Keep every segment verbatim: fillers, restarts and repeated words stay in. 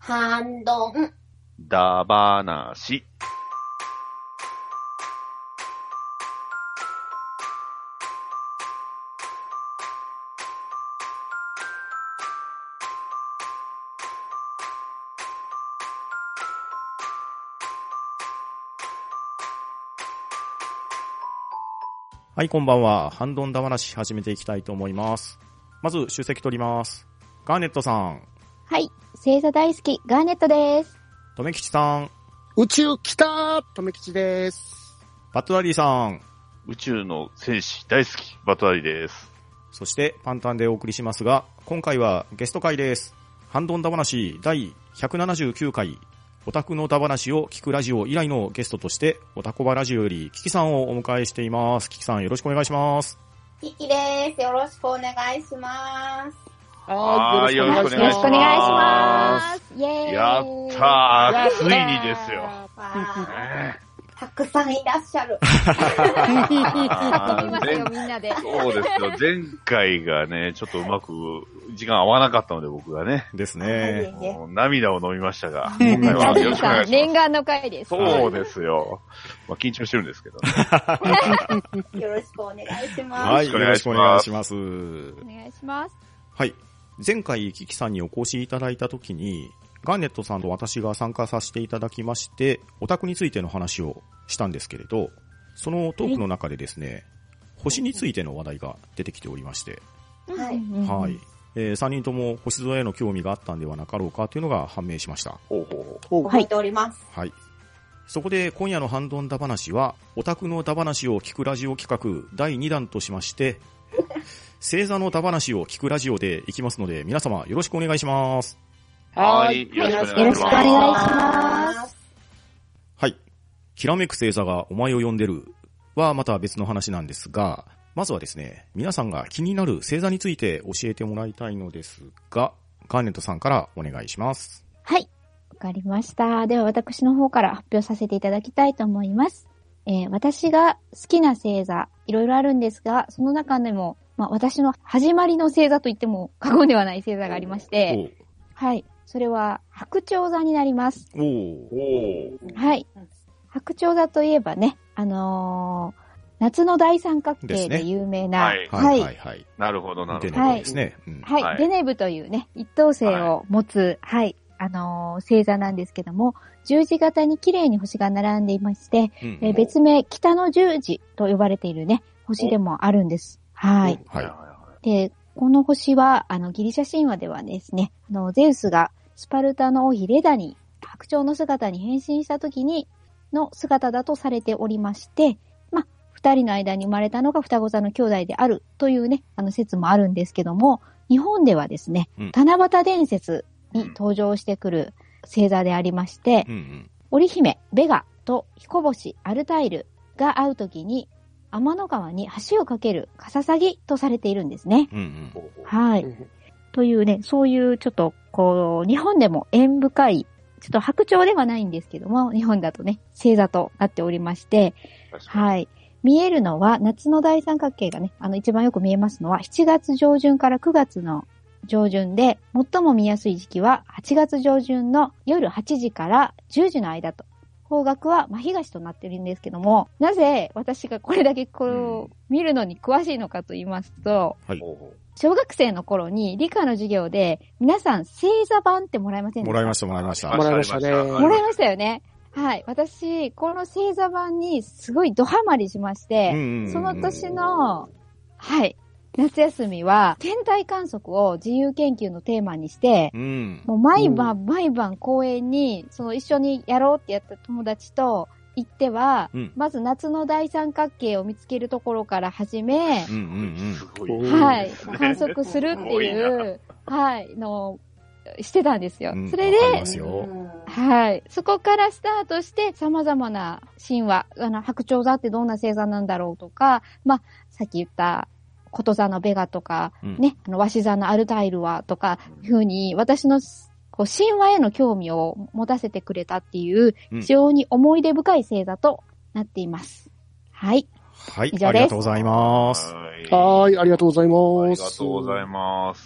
ハンドンダバナシ。 はい、こんばんは。ハンドンダ話始めていきたいと思います。まず、出席取ります。ガーネットさん。 はい、星座大好き、ガーネットです。 とめきちさん。 宇宙来たー、とめきちです。 バトラリーさん。 宇宙の戦士大好き、バトラリーです。 そして、パンタンでお送りしますが、今回はゲスト会です。ハンドンダ話だいひゃくななじゅうきゅうかい。オタクのダ話を聞くラジオ以来のゲストとして、オタコバラジオよりキキさんをお迎えしています。キキさんよろしくお願いします。 キキです。よろしくお願いします。 はい、 よろしくお願いします。 よろしくお願いします。イェーイ。 やったー、ついにですよ。 たくさんいらっしゃる。 遊びますよ、みんなで。 そうですよ。前回がね、ちょっとうまく時間合わなかったので僕がね。 ですね。 もう涙を飲みましたが、今回はよろしくお願いします。 念願の回です。 そうですよ。まあ緊張してるんですけどね。 よろしくお願いします。 はい、よろしくお願いします。お願いします。 はい。前回キキさんにお越しいただいたときに、ガーネットさんと私が参加させていただきまして、オタクについての話をしたんですけれど、そのトークの中でですね、はい、星についての話題が出てきておりまして、 はい。 はい。えー、さんにんとも星空への興味があったんではなかろうかというのが判明しました。 ほうほうほう。 覚えております。 はい。そこで今夜のハンドンダ話は、オタクのダ話を聞くラジオ企画だいにだんとしまして、星座のダ話を聞くラジオでいきますので、皆様よろしくお願いします。 はい。よろしくお願いします。 よろしくお願いします。 はい。きらめく星座がお前を呼んでるはまた別の話なんですが、まずはですね、皆さんが気になる星座について教えてもらいたいのですが、ガーネットさんからお願いします。 はい。わかりました。では私の方から発表させていただきたいと思います。えー、私が好きな星座、いろいろあるんですが、その中でも、まあ、私の始まりの星座と言っても過言ではない星座がありまして、はい。それは白鳥座になります。 おー。 はい。白鳥座といえばね、あのー、夏の大三角形で有名な、 ね、 はい、はいはいはい。 なるほどなるほど。 デネブですね。 はい。うん、はい、デネブというね、一等星を持つ、はい、はい、あのー、星座なんですけども、十字型に綺麗に星が並んでいまして、うん、えー、別名北の十字と呼ばれているね、星でもあるんです。はい。はい。で、この星は、あの、ギリシャ神話ではですね、あの、ゼウスがスパルタの王妃レダに白鳥の姿に変身した時にの姿だとされておりまして、まあ、二人の間に生まれたのが双子座の兄弟であるというね、あの説もあるんですけども、日本ではですね、うん、七夕伝説に登場してくる星座でありまして、うんうん、織姫、ベガと彦星、アルタイルが会う時に、天の川に橋を架けるカササギとされているんですね。うんうん、はい。というね、そういうちょっと、こう、日本でも縁深い、ちょっと白鳥ではないんですけども、日本だとね、星座となっておりまして、はい。見えるのは、夏の大三角形がね、あの、一番よく見えますのは、しちがつ上旬からくがつの上旬で、最も見やすい時期は、はちがつ上旬の夜はちじからじゅうじの間と。方角は真東となっているんですけども、なぜ私がこれだけこれを見るのに詳しいのかと言いますと、はい、小学生の頃に理科の授業で皆さん星座版ってもらえませんでした？ もらいましたもらいました。 もらいましたね。 もらいましたよね。はい。私、この星座版にすごいドハマりしまして、その年の、はい。夏休みは、天体観測を自由研究のテーマにして、うん、もう毎晩、うん、毎晩公園に、その一緒にやろうってやった友達と行っては、うん、まず夏の大三角形を見つけるところから始め、うんうんうん、はい、観測するっていう、はい、のをしてたんですよ。うん、それで、はい、そこからスタートして様々な神話、あの、白鳥座ってどんな星座なんだろうとか、まあ、さっき言った、こと座のベガとか、うん、ね、あの、ワシ座のアルタイルはとか、いうふうに、私の、こう、神話への興味を持たせてくれたっていう、非常に思い出深い星座となっています。はい。 はい。以上です。ありがとうございます。 はい、ありがとうございます。 ありがとうございます。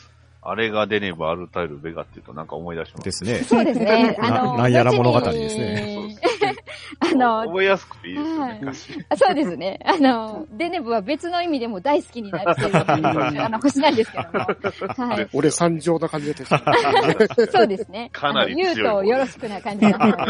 あれが出ねばアルタイルベガって言うとなんか思い出します。 ですね。 そうですね。あの、 なんやら物語ですね。 あの、 覚えやすくていいですよね。 そうですね。あの、デネブは別の意味でも大好きになっているあの星なんですけども。はい。 俺三乗な感じでした。 そうですね。 かなり強い。 言うとよろしくな感じなので。はい、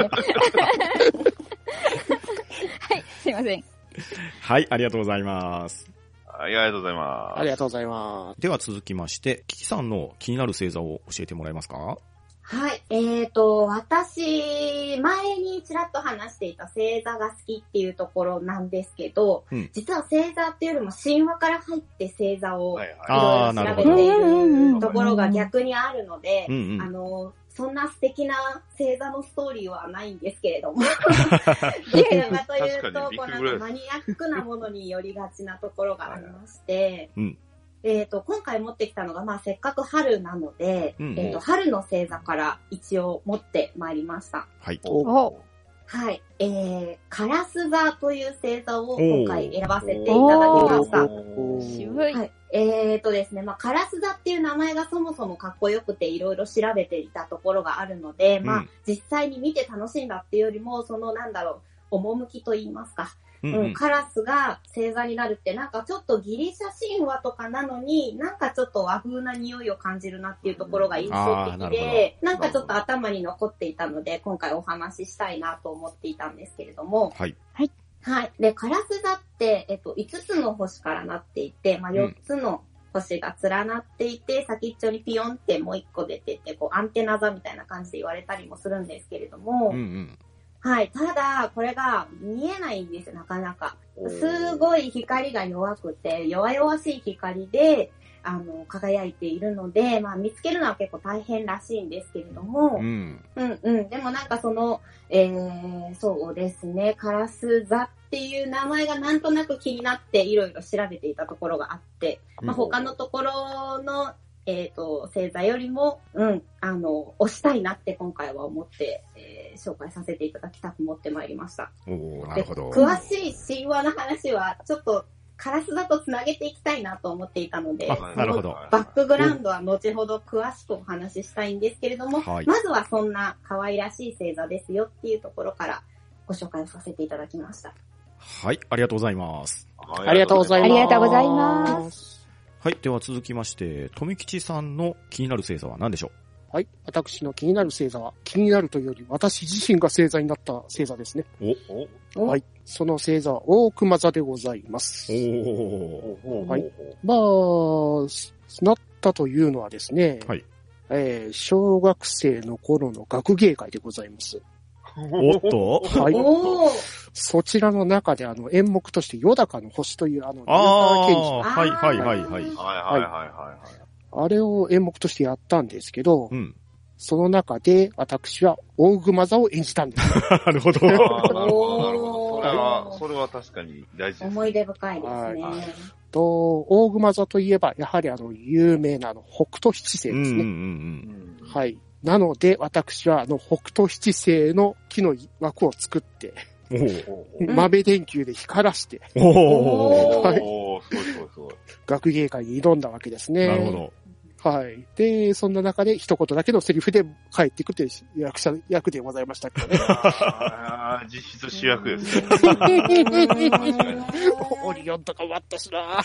すいません。 はい、ありがとうございます。 はい、ありがとうございます。 ありがとうございます。 では続きまして、キキさんの気になる星座を教えてもらえますか？ はい。えーと、私、前にちらっと話していた星座が好きっていうところなんですけど、うん、実は星座っていうよりも神話から入って星座をいろいろ調べているところが逆にあるので、あの、そんな素敵な星座のストーリーはないんですけれども。どちらかというと、こうなんかマニアックなものによりがちなところがありまして、うんえっと、今回持ってきたのが、まあ、せっかく春なので、うん、えっと、春の星座から一応持ってまいりました。はい。おはい。えー、カラス座という星座を今回選ばせていただきました。渋い。はい。えっとですね、まあ、カラス座っていう名前がそもそもかっこよくていろいろ調べていたところがあるので、うん、まあ、実際に見て楽しんだっていうよりも、そのなんだろう、趣と言いますか。うんうん、カラスが星座になるってなんかちょっとギリシャ神話とかなのになんかちょっと和風な匂いを感じるなっていうところが印象的で、な, なんかちょっと頭に残っていたので今回お話ししたいなと思っていたんですけれども。はい。はい。はい。で、カラス座って、えっと、いつつの星からなっていて、まあ、よっつの星が連なっていて、うん、先っちょにピヨンってもういっこ出てて、こうアンテナ座みたいな感じで言われたりもするんですけれども、うんうんはい。ただ、これが見えないんですよ、なかなか。すごい光が弱くて、弱々しい光で、あの、輝いているので、まあ、見つけるのは結構大変らしいんですけれども、うん、うんうん。でもなんかその、えー、そうですね、カラス座っていう名前がなんとなく気になっていろいろ調べていたところがあって、まあ、他のところの、えっと、星座よりも、うん、あの、推したいなって今回は思って、えー、紹介させていただきたく思ってまいりました。おー、なるほど。詳しい神話の話は、ちょっと、カラス座とつなげていきたいなと思っていたので、なるほど。バックグラウンドは後ほど詳しくお話ししたいんですけれども、はい、まずはそんな可愛らしい星座ですよっていうところからご紹介をさせていただきました。 はい、ありがとうございます。 ありがとうございます。 ありがとうございます。 はい。では続きまして、富吉さんの気になる星座は何でしょう？ はい。私の気になる星座は、気になるというより、私自身が星座になった星座ですね。おおはい。その星座は、大熊座でございます。おはい。まあ、なったというのはですね、はい。えー、小学生の頃の学芸会でございます。 おっとはい。そちらの中で、あの、演目として、よだかの星という、あの、 ああ、はいはいはいはい。はいはいはいはい。あれを演目としてやったんですけど、うん、その中で、私は、大熊座を演じたんです。 なるほど。 あなるほど、なるほど。それは、それは確かに大事です。 思い出深いですね。はい、 と、大熊座といえば、やはりあの、有名なあの、北斗七星ですね。うんうんうん、はい。なので、私は、あの、北斗七星の木の枠を作って、豆電球で光らして、おはい、すごいすごいすごい。学芸会に挑んだわけですね。なるほど。はい。で、そんな中で一言だけのセリフで帰ってくるという役者、役でございましたけどね。 ああ、実質主役ですね。 オリオンとかもあったしな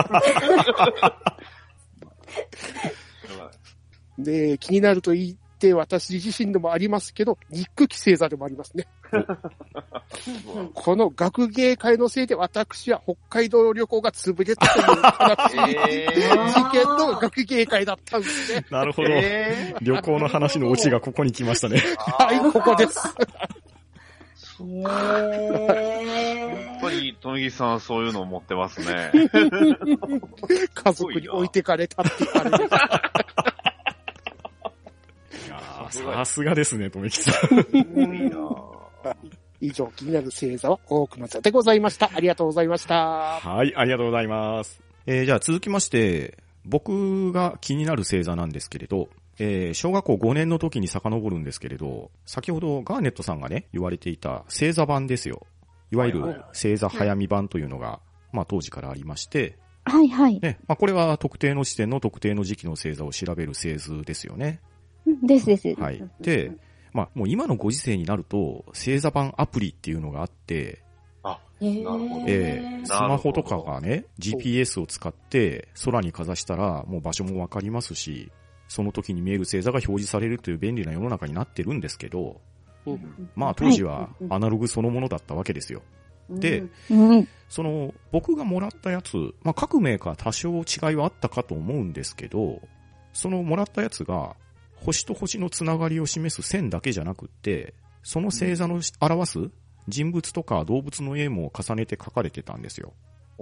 で、気になると言って私自身でもありますけど、ニック記星座でもありますね。この学芸会のせいで私は北海道旅行が潰れたという話、えー、事件の学芸会だったんですね。 なるほど、えー。旅行の話のオチがここに来ましたね。 はい、ここです。 えー、 やっぱり、富木さんはそういうのを持ってますね。 家族に置いてかれたって言われる。 さすがですね、富木さん。いいな以上、気になる星座は大熊座でございました。ありがとうございました。 はい、ありがとうございます。えー、じゃあ続きまして、僕が気になる星座なんですけれど、えー、小学校ごねんの時に遡るんですけれど、先ほどガーネットさんがね、言われていた星座版ですよ。いわゆる星座早見版というのが、まあ当時からありまして、 はいはい。 ね、まあこれは特定の地点の特定の時期の星座を調べる星図ですよね。 ですです。 はい。で、まあもう今のご時世になると、星座版アプリっていうのがあって、 あ、なるほど。 えー、スマホとかがね、ジーピーエス を使って空にかざしたらもう場所もわかりますし、その時に見える星座が表示されるという便利な世の中になってるんですけど、まあ当時はアナログそのものだったわけですよ。で、うん、その僕がもらったやつ、まあ各メーカー多少違いはあったかと思うんですけど、そのもらったやつが星と星のつながりを示す線だけじゃなくって、その星座の表す人物とか動物の絵も重ねて描かれてたんですよ。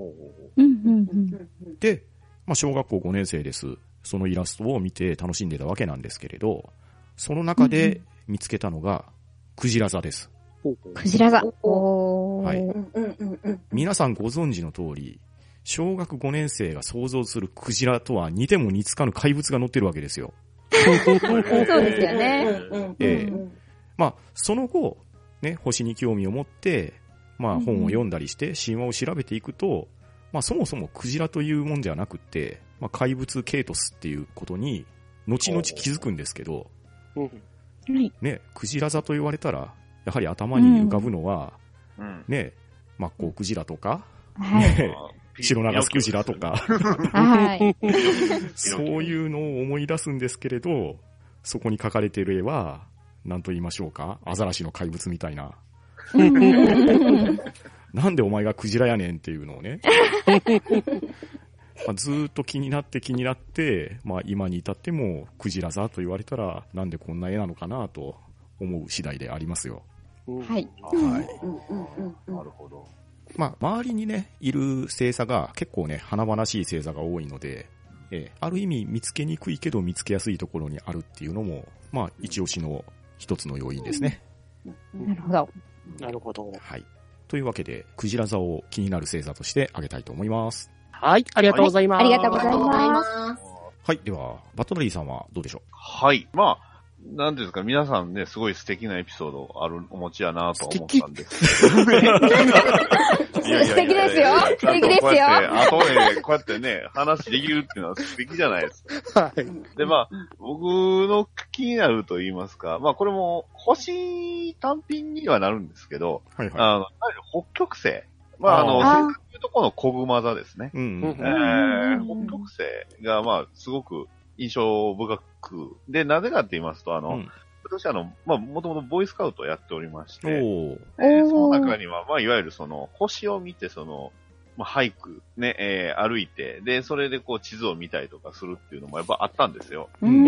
で、まあ小学校ごねん生です。そのイラストを見て楽しんでたわけなんですけれど、その中で見つけたのがクジラ座です。 クジラ座。 はい。皆さんご存知の通り、小学ごねん生が想像するクジラとは似ても似つかぬ怪物が乗ってるわけですよ。 そうですよね。 ええ。まあ、その後、ね、星に興味を持って、まあ本を読んだりして神話を調べていくと、まあそもそもクジラというもんじゃなくて、まあ怪物ケイトスっていうことに、後々気づくんですけど、ね、クジラ座と言われたら、やはり頭に浮かぶのは、うん、ね、マッコウクジラとか、はいね、白長スクジラとか、はい、そういうのを思い出すんですけれど、そこに描かれている絵は、何と言いましょうか、アザラシの怪物みたいな。なんでお前がクジラやねんっていうのをね。まあ、ずーっと気になって気になって、まあ今に至ってもクジラ座と言われたらなんでこんな絵なのかなと思う次第でありますよ。 はい。 はい。なるほど。 まあ周りにね、いる星座が結構ね、華々しい星座が多いので、えー、ある意味見つけにくいけど見つけやすいところにあるっていうのも、まあ一押しの一つの要因ですね。 なるほど。 なるほど。 はい。というわけで、クジラ座を気になる星座として挙げたいと思います。 はい、ありがとうございます。 ありがとうございます。 はい、では、バットナリーさんはどうでしょう？ はい。まあ、なんていうんですか、皆さんね、すごい素敵なエピソードある、お持ちやなと思ったんですけど。いやいやいや素敵ですよ。素敵ですよ。 あとね、こうやってね、話できるっていうのは素敵じゃないですか。はい。で、まあ、僕の気になると言いますか、まあ、これも、星単品にはなるんですけど、はいはい。あの、北極星。まあ、あの、正確に言うとこの小熊座ですね。うん。えー、北極星が、まあ、すごく印象深く、で、なぜかって言いますと、あの、うん、私あの、まあ、もともとボーイスカウトをやっておりまして、えー、その中には、まあ、いわゆるその、星を見て、その、まあ、俳句、ね、えー、歩いて、で、それでこう地図を見たりとかするっていうのもやっぱあったんですよ。うん、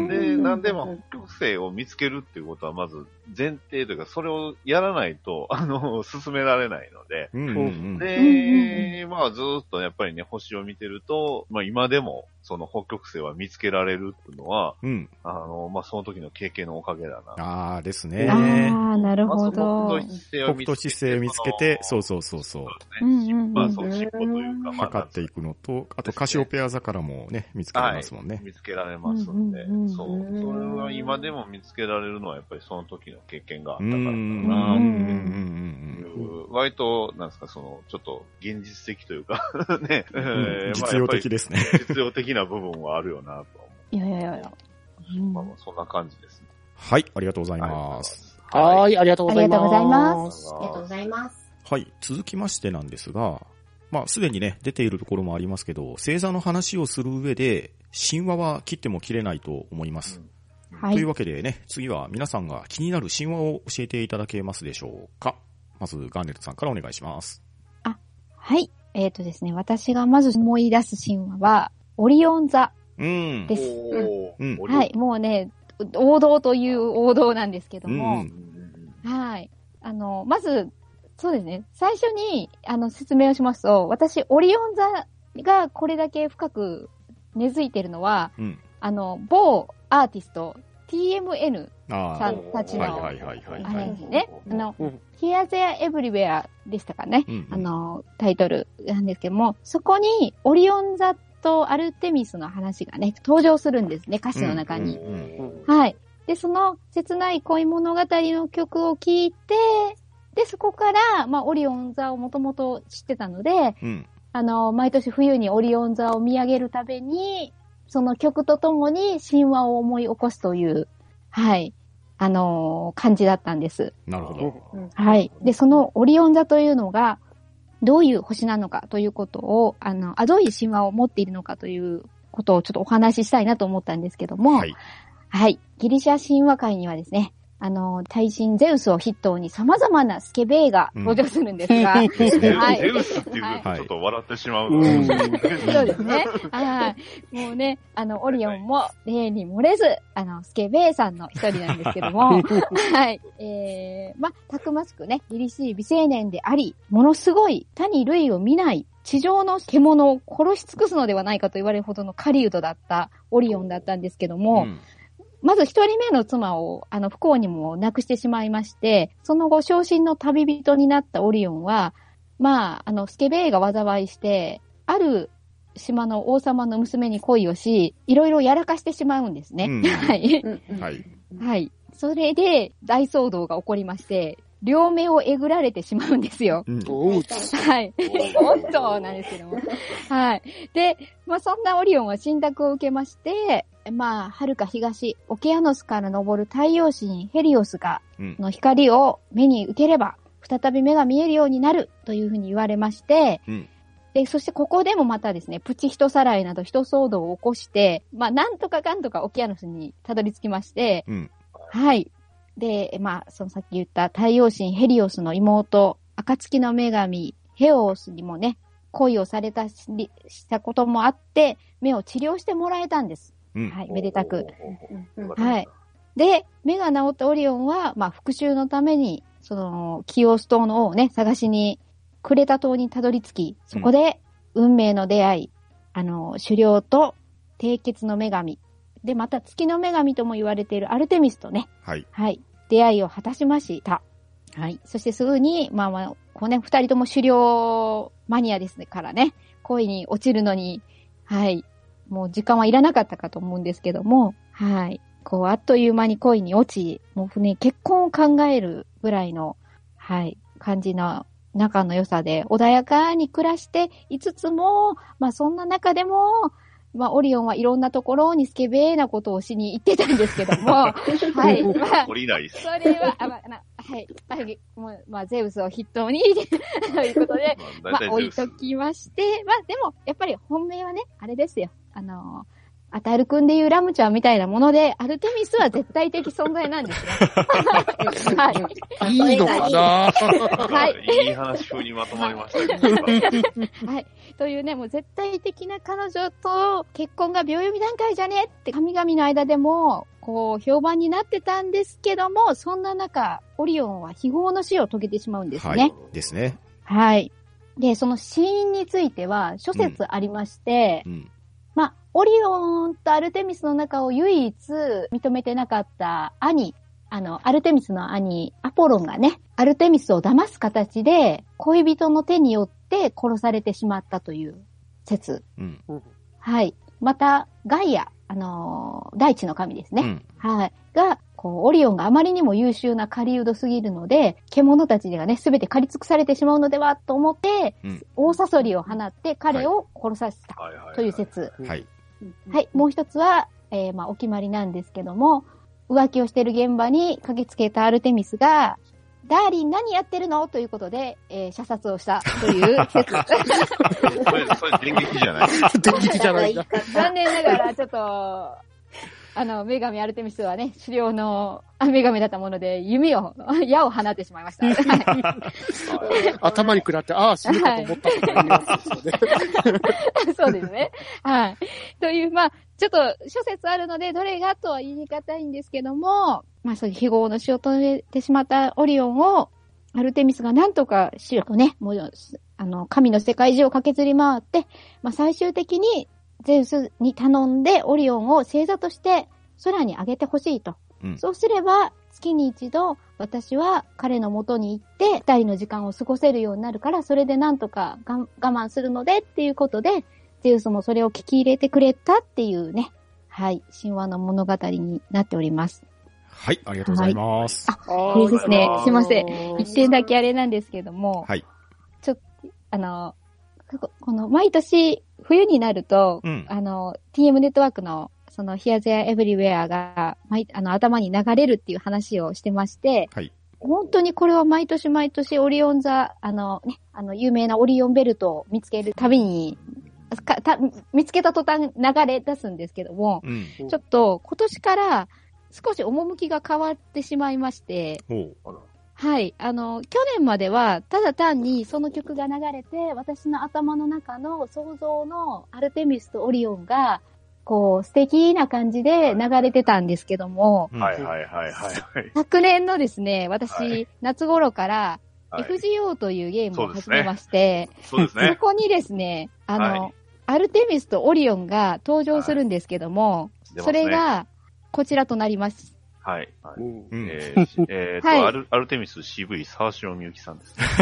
で、なんで、まあ、北極星を見つけるっていうことはまず前提というか、それをやらないと、あの、進められないので、うん、で、まあ、ずっとやっぱりね、星を見てると、まあ、今でも、その北極星は見つけられるっていうのは、うん、あの、まあ、その時の経験のおかげだな。 ああ、ですね。 ああ、なるほど。 北斗七星を見つけて、そうそうそうそう。 そうですね。まあ、その尻尾というか、まあ、 測っていくのと、あとカシオペア座からもね、見つけられますもんね。 はい、見つけられますんで、そう。それは今でも見つけられるのはやっぱりその時の経験があったからかなっていう。割と、なんですか、その、ちょっと現実的というか、ね、 うんえー、実用的ですね。 実用的な部分はあるよなと思う。 いやいやいや。 まあ、そんな感じですね。 はい、ありがとうございます。 はい、ありがとうございます。 ありがとうございます。 ありがとうございます。 はい、続きましてなんですが、まあ、すでにね、出ているところもありますけど、星座の話をする上で、神話は切っても切れないと思います。うんはい、というわけでね、次は皆さんが気になる神話を教えていただけますでしょうか。まず、ガーネットさんからお願いします。 あ、はい。えっとですね、私がまず思い出す神話は、オリオン座です。うん、はい、もうね、王道という王道なんですけども、うん、はい。あの、まず、そうですね。最初に、あの、説明をしますと、私、オリオン座がこれだけ深く根付いてるのは、うん、あの、某アーティスト、ティーエムエヌ さんたちの、あれですね。あの、うん、Here, There, Everywhere でしたかね、うんうん。あの、タイトルなんですけども、そこに、オリオン座とアルテミスの話がね、登場するんですね、歌詞の中に。うんうん、はい。で、その切ない恋物語の曲を聴いて、で、そこから、まあ、オリオン座をもともと知ってたので、うん、 あの、毎年冬にオリオン座を見上げるたびに、その曲とともに神話を思い起こすという、はい、あのー、感じだったんです。 なるほど。 はい。で、そのオリオン座というのが、どういう星なのかということを、あの、あ、どういう神話を持っているのかということをちょっとお話ししたいなと思ったんですけども、はい。はい。ギリシャ神話界にはですね、あの、大神ゼウスを筆頭に様々なスケベーが登場するんですが、うん、 はい。ゼウスっていうとちょっと笑ってしまう、はい、 そうですね。はい。もうね、あの、オリオンも例に漏れず、あの、スケベーさんの一人なんですけども、はい。えー、ま、たくましくね、凛々しい美青年であり、ものすごい他に類を見ない地上の獣を殺し尽くすのではないかと言われるほどの狩人だったオリオンだったんですけども、うん、まず一人目の妻を、あの、不幸にも亡くしてしまいまして、その後、昇進の旅人になったオリオンは、まあ、あの、スケベーが災いして、ある島の王様の娘に恋をし、いろいろやらかしてしまうんですね。うん、はい。はい。はい。それで、大騒動が起こりまして、両目をえぐられてしまうんですよ。うん、はい。おっとなんですけども。はい。で、まあそんなオリオンは信託を受けまして、まあ、遥か東、オケアノスから昇る太陽神ヘリオスが、うん、の光を目に受ければ、再び目が見えるようになるというふうに言われまして、うん、で、そしてここでもまたですね、プチ人さらいなど人騒動を起こして、まあ、なんとかかんとかオケアノスにたどり着きまして、うん、はい。で、まあ、そのさっき言った太陽神ヘリオスの妹、暁の女神ヘオースにもね、恋をされたし、したこともあって、目を治療してもらえたんです。うん、はい、めでたく。はい。で、目が治ったオリオンは、まあ、復讐のために、その、キオス島の王をね、探しに、クレタ島にたどり着き、そこで、運命の出会い、うん、あの、狩猟と、締結の女神、で、また月の女神とも言われているアルテミスとね、はい。はい。出会いを果たしました。はい。そしてすぐに、まあまあ、こうね、二人とも狩猟マニアですね、からね、恋に落ちるのに、はい。もう時間はいらなかったかと思うんですけども、はい。こう、あっという間に恋に落ち、もうね、結婚を考えるぐらいの、はい、感じの仲の良さで、穏やかに暮らしていつつも、まあそんな中でも、まあ、オリオンはいろんなところにスケベーなことをしに行ってたんですけども、はい。まあ、 降りないそれは、あまあ、なはい。もうまあ、ゼウスを筆頭に、ということで、まあ、まあ、置いときまして、まあ、でも、やっぱり本命はね、あれですよ。あのー、アタルくんでいうラムちゃんみたいなもので、アルテミスは絶対的存在なんですよ。はい。 いいのかなはい。いい話風にまとまりましたけど。 はい。というね、もう絶対的な彼女と結婚が秒読み段階じゃねって神々の間でも、こう、評判になってたんですけども、そんな中、オリオンは非業の死を遂げてしまうんですね。はい。 ですね。 はい。で、その死因については諸説ありまして、うんうんまあ、オリオンとアルテミスの中を唯一認めてなかった兄、あの、アルテミスの兄、アポロンがね、アルテミスを騙す形で恋人の手によって殺されてしまったという説。うん、はい。また、ガイア、あのー、大地の神ですね。うん、はい。が、こう、オリオンがあまりにも優秀な狩人すぎるので、獣たちがね、すべて狩り尽くされてしまうのではと思って、うん、大サソリを放って彼を殺させたという説。はい。はい。もう一つは、えー、まあ、お決まりなんですけども、浮気をしている現場に駆けつけたアルテミスが、ダーリン何やってるのということで、えー、射殺をしたという説。 それ、それ電撃じゃない電撃じゃないな。 残念ながら、ちょっと、あの、女神アルテミスはね、狩猟の女神だったもので、弓を、矢を放ってしまいました。はい、 頭に食らって、ああ、死ぬかと思ったとか言いますよね。 そうですね。はい。という、まあ、ちょっと諸説あるので、どれがとは言い難いんですけども、まあ、そういう非業の死を遂げてしまったオリオンを、アルテミスがなんとか死をね、もう、あの、神の世界中を駆けずり回って、まあ、最終的に、ゼウスに頼んでオリオンを星座として空に上げてほしいと、うん。そうすれば月に一度私は彼の元に行って二人の時間を過ごせるようになるからそれでなんとか我慢するのでっていうことでゼウスもそれを聞き入れてくれたっていうね、はい、神話の物語になっております。 はい、ありがとうございます。 はい、あ、いいですね。すいません。一点だけあれなんですけども、はい。ちょっと、あの、 この毎年冬になると、 うん、 あの、ティーエム ネットワークのその Here, There, Everywhere が、あの、頭に流れるっていう話をしてまして、 はい。 本当にこれは毎年毎年オリオン座、あのね、あの、有名なオリオンベルトを見つけるたびに、かた見つけた途端流れ出すんですけども、うん、ちょっと今年から少し趣が変わってしまいまして、はい、あの、去年まではただ単にその曲が流れて、私の頭の中の想像のアルテミスとオリオンが、こう、素敵な感じで流れてたんですけども、 はいはいはいはい。 昨年のですね、私、はい、夏頃から、エフジーオー というゲームを始めまして、 そうですね。 そこにですね、あの、はい、アルテミスとオリオンが登場するんですけども、はい、それが、こちらとなります。 はい。はい、うん、えー、えー、と、はい、アル、アルテミス シーブイ 沢城みゆきさんですね。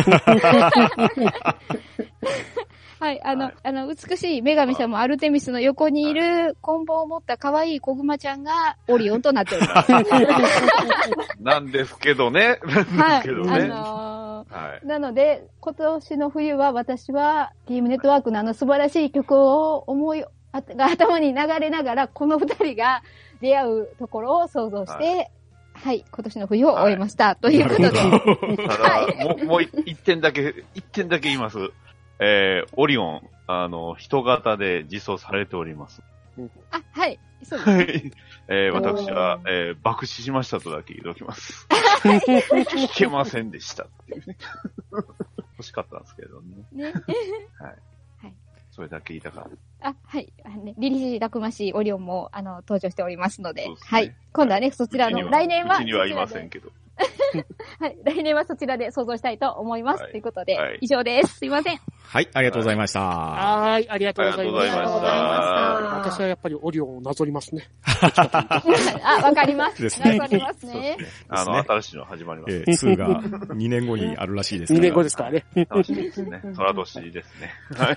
はい、あの、はい、あの、美しい女神様アルテミスの横にいる、棍棒を持った可愛い子熊ちゃんがオリオンとなっております。 なんですけどね。なんですけどね。はい、あのーはい、なので、今年の冬は私は、ティーエム ネットワークのあの素晴らしい曲を思い、あが頭に流れながら、この二人が出会うところを想像して、はい、はい、今年の冬を終えました。はい、ということで。 ただ、はい、もう、もう一点だけ、一点だけ言います。えー、オリオン、あの、人型で実装されております。 あ、はい。そうですね。はい。 えー、私は、えー、爆死しましたとだけ言っておきます。聞けませんでしたっていうね。欲しかったんですけどね。ね。はい。はい。それだけ言いたかった。 あ、はい。あのね、リリシーたくましいオリオンも、あの、登場しておりますので。そうですね、はい。今度はね、そちらの、来年は。 うちにはいませんけど。 はい。来年はそちらで想像したいと思います。はい、ということで、はい、以上です。すいません。 はい。ありがとうございました。 はい。ありがとうございました。ありがとうございました。私はやっぱりオリオンをなぞりますね。 あ、わかります。ですね。なぞりますね。 あの、新しいの始まります。 えー、ツーがにねんごにあるらしいですから。 にねんごですからね。 楽しみですね。虎年ですね。 はい。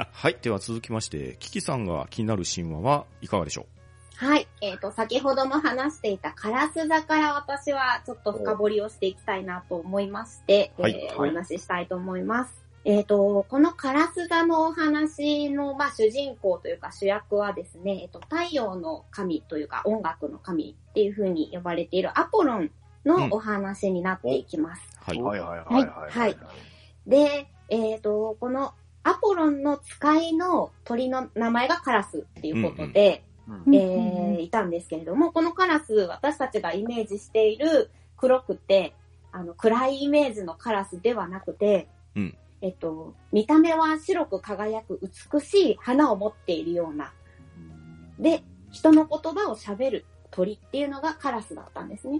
はい。では続きまして、キキさんが気になる神話はいかがでしょう？ はい。えっと、先ほども話していたカラス座から私はちょっと深掘りをしていきたいなと思いまして、はい、えー、お話ししたいと思います。えっと、このカラス座のお話の、まあ、主人公というか主役はですね、えっと、太陽の神というか音楽の神っていう風に呼ばれているアポロンのお話になっていきます。 うん、はいはいはいはい、はい。 はい。で、えっと、このアポロンの使いの鳥の名前がカラスっていうことで、うんうん、えー、いたんですけれども、このカラス、私たちがイメージしている黒くて、あの、暗いイメージのカラスではなくて、うん、えっと、見た目は白く輝く美しい花を持っているような、で、人の言葉を喋る鳥っていうのがカラスだったんですね。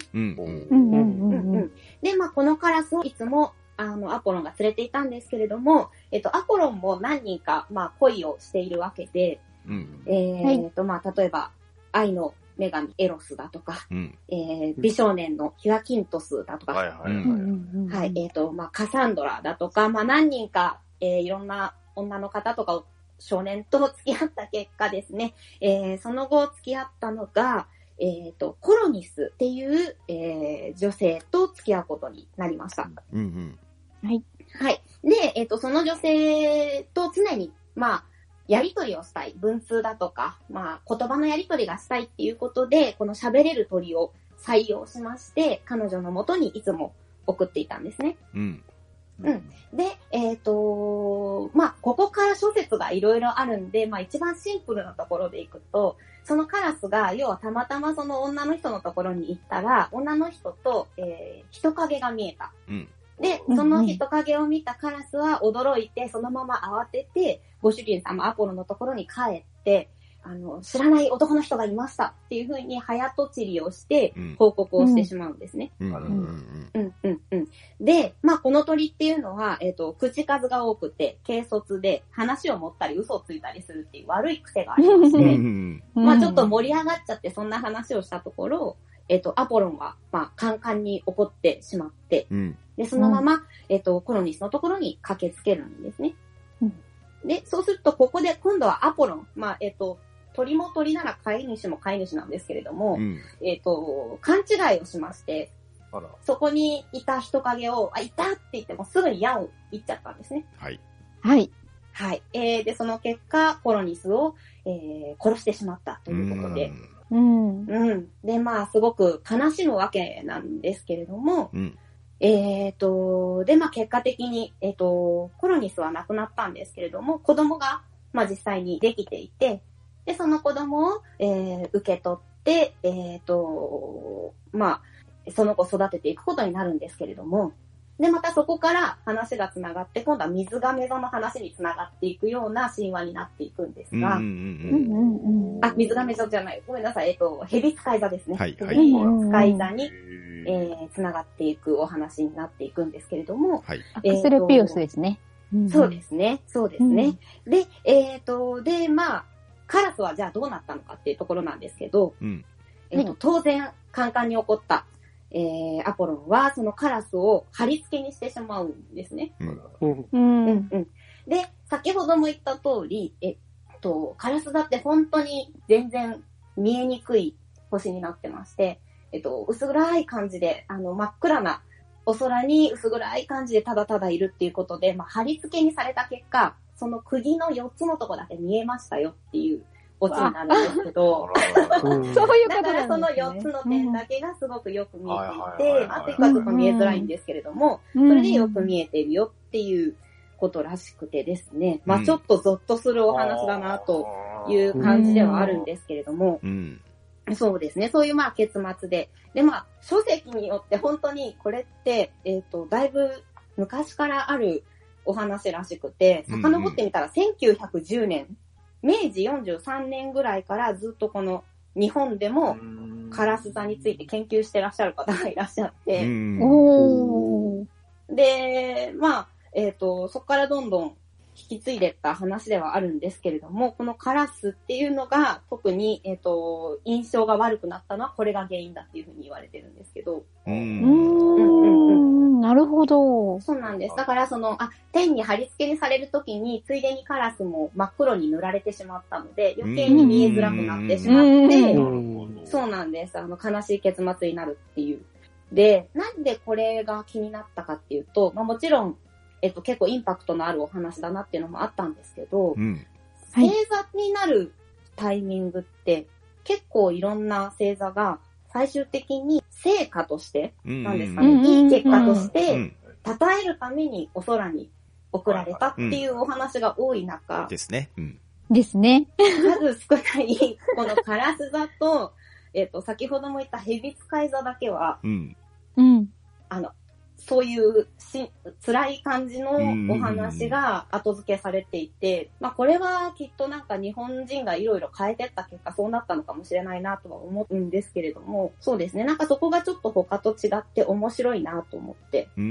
で、まあ、このカラスをいつも、あの、アポロンが連れていたんですけれども、えっと、アポロンも何人か、まあ、恋をしているわけで、うん、えっと、まあ、例えば、愛の女神エロスだとか、うん、えー、美少年のヒュアキントスだとか、はいはいはい。はい、えっと、まあ、カサンドラだとか、まあ、何人か、えー、いろんな女の方とかを少年と付き合った結果ですね、えー、その後付き合ったのが、えっと、コロニスっていう、えー、女性と付き合うことになりました。うんうん、はい。はい。で、えっと、その女性と常に、まあ、やりとりをしたい。文通だとか、まあ、言葉のやりとりがしたいっていうことで、この喋れる鳥を採用しまして、彼女の元にいつも送っていたんですね。うん。うん。で、えっと、まあ、ここから諸説がいろいろあるんで、まあ、一番シンプルなところでいくと、そのカラスが、要はたまたまその女の人のところに行ったら、女の人と、えー、人影が見えた。うん。で、その人影を見たカラスは驚いて、そのまま慌てて、ご主人様アポロのところに帰って、あの、知らない男の人がいましたっていうふうに早とちりをして、報告をしてしまうんですね。うん、うん、うん、うん。で、まあ、この鳥っていうのは、えっと、口数が多くて、軽率で、話を持ったり嘘をついたりするっていう悪い癖がありまして、まあ、ちょっと盛り上がっちゃって、そんな話をしたところ、えっと、アポロンは、まあ、カンカンに怒ってしまって、うん、で、そのまま、えっと、コロニスのところに駆けつけるんですね。うん、で、そうすると、ここで今度はアポロン、まあ、えっと、鳥も鳥なら飼い主も飼い主なんですけれども、うん、えっと、勘違いをしまして、あらそこにいた人影を、あ、いたって言ってもすぐに矢を言っちゃったんですね。はい。 はい。 はい。えー、で、その結果、コロニスを、えー、殺してしまったということで。うん。うん。で、まあ、すごく悲しむわけなんですけれども、うん、えっと、で、まあ、結果的に、えっと、コロニスは亡くなったんですけれども、子供が、まあ、実際にできていて、で、その子供を、えー、受け取って、えっと、まあ、その子を育てていくことになるんですけれども、で、またそこから話がつながって、今度は水亀座の話につながっていくような神話になっていくんですが、あ、水亀座じゃない、ごめんなさい、えっと、蛇使い座ですね。はい、はい。蛇使い座に、えー、つながっていくお話になっていくんですけれども、はい。 アクスルピオスですね。 そうですね、そうですね。うん、で、えっと、で、まあ、カラスはじゃあどうなったのかっていうところなんですけど、うん、えっと、当然、カンカンに起こった、えー、アポロンはそのカラスを貼り付けにしてしまうんですね。うんうんうん、で、先ほども言った通り、えっと、カラスだって本当に全然見えにくい星になってまして、えっと、薄暗い感じで、あの、真っ暗なお空に薄暗い感じでただただいるっていうことで、まあ、貼り付けにされた結果、その釘のよっつのとこだけ見えましたよっていうオチになるんですけど、 そういうことだからそのよっつの点だけがすごくよく見えていて、まあ、というかちょっと見えづらいんですけれども、それでよく見えているよっていうことらしくてですね、まあちょっとゾッとするお話だなという感じではあるんですけれども、そうですね、そういうまあ結末で、でまあ書籍によって本当にこれって、えっと、だいぶ昔からあるお話らしくて、遡ってみたらせんきゅうひゃくじゅうねん、めいじよんじゅうさんねんぐらいからずっとこの日本でもカラス座について研究してらっしゃる方がいらっしゃって、で、まあ、えっと、そこからどんどん引き継いでいった話ではあるんですけれども、このカラスっていうのが特に、えっと、印象が悪くなったのはこれが原因だっていうふうに言われてるんですけど。 うーん、なるほど。 そうなんです。だからその、あ、天に貼り付けにされるときに、ついでにカラスも真っ黒に塗られてしまったので、余計に見えづらくなってしまって、そうなんです。あの、悲しい結末になるっていう。で、なんでこれが気になったかっていうと、まあもちろん、えっと、結構インパクトのあるお話だなっていうのもあったんですけど、うん、星座になるタイミングって結構いろんな星座が最終的に成果として、なんですかね、いい結果として、称えるためにお空に送られたっていうお話が多い中、 ですね。うん、 ですね。 数少ないこのカラス座と、えっと、先ほども言ったヘビ使い座だけは、うん、あの、そういうし辛い感じのお話が後付けされていて、まあこれはきっとなんか日本人がいろいろ変えてった結果そうなったのかもしれないなとは思うんですけれども、そうですね、なんかそこがちょっと他と違って面白いなと思って、うん、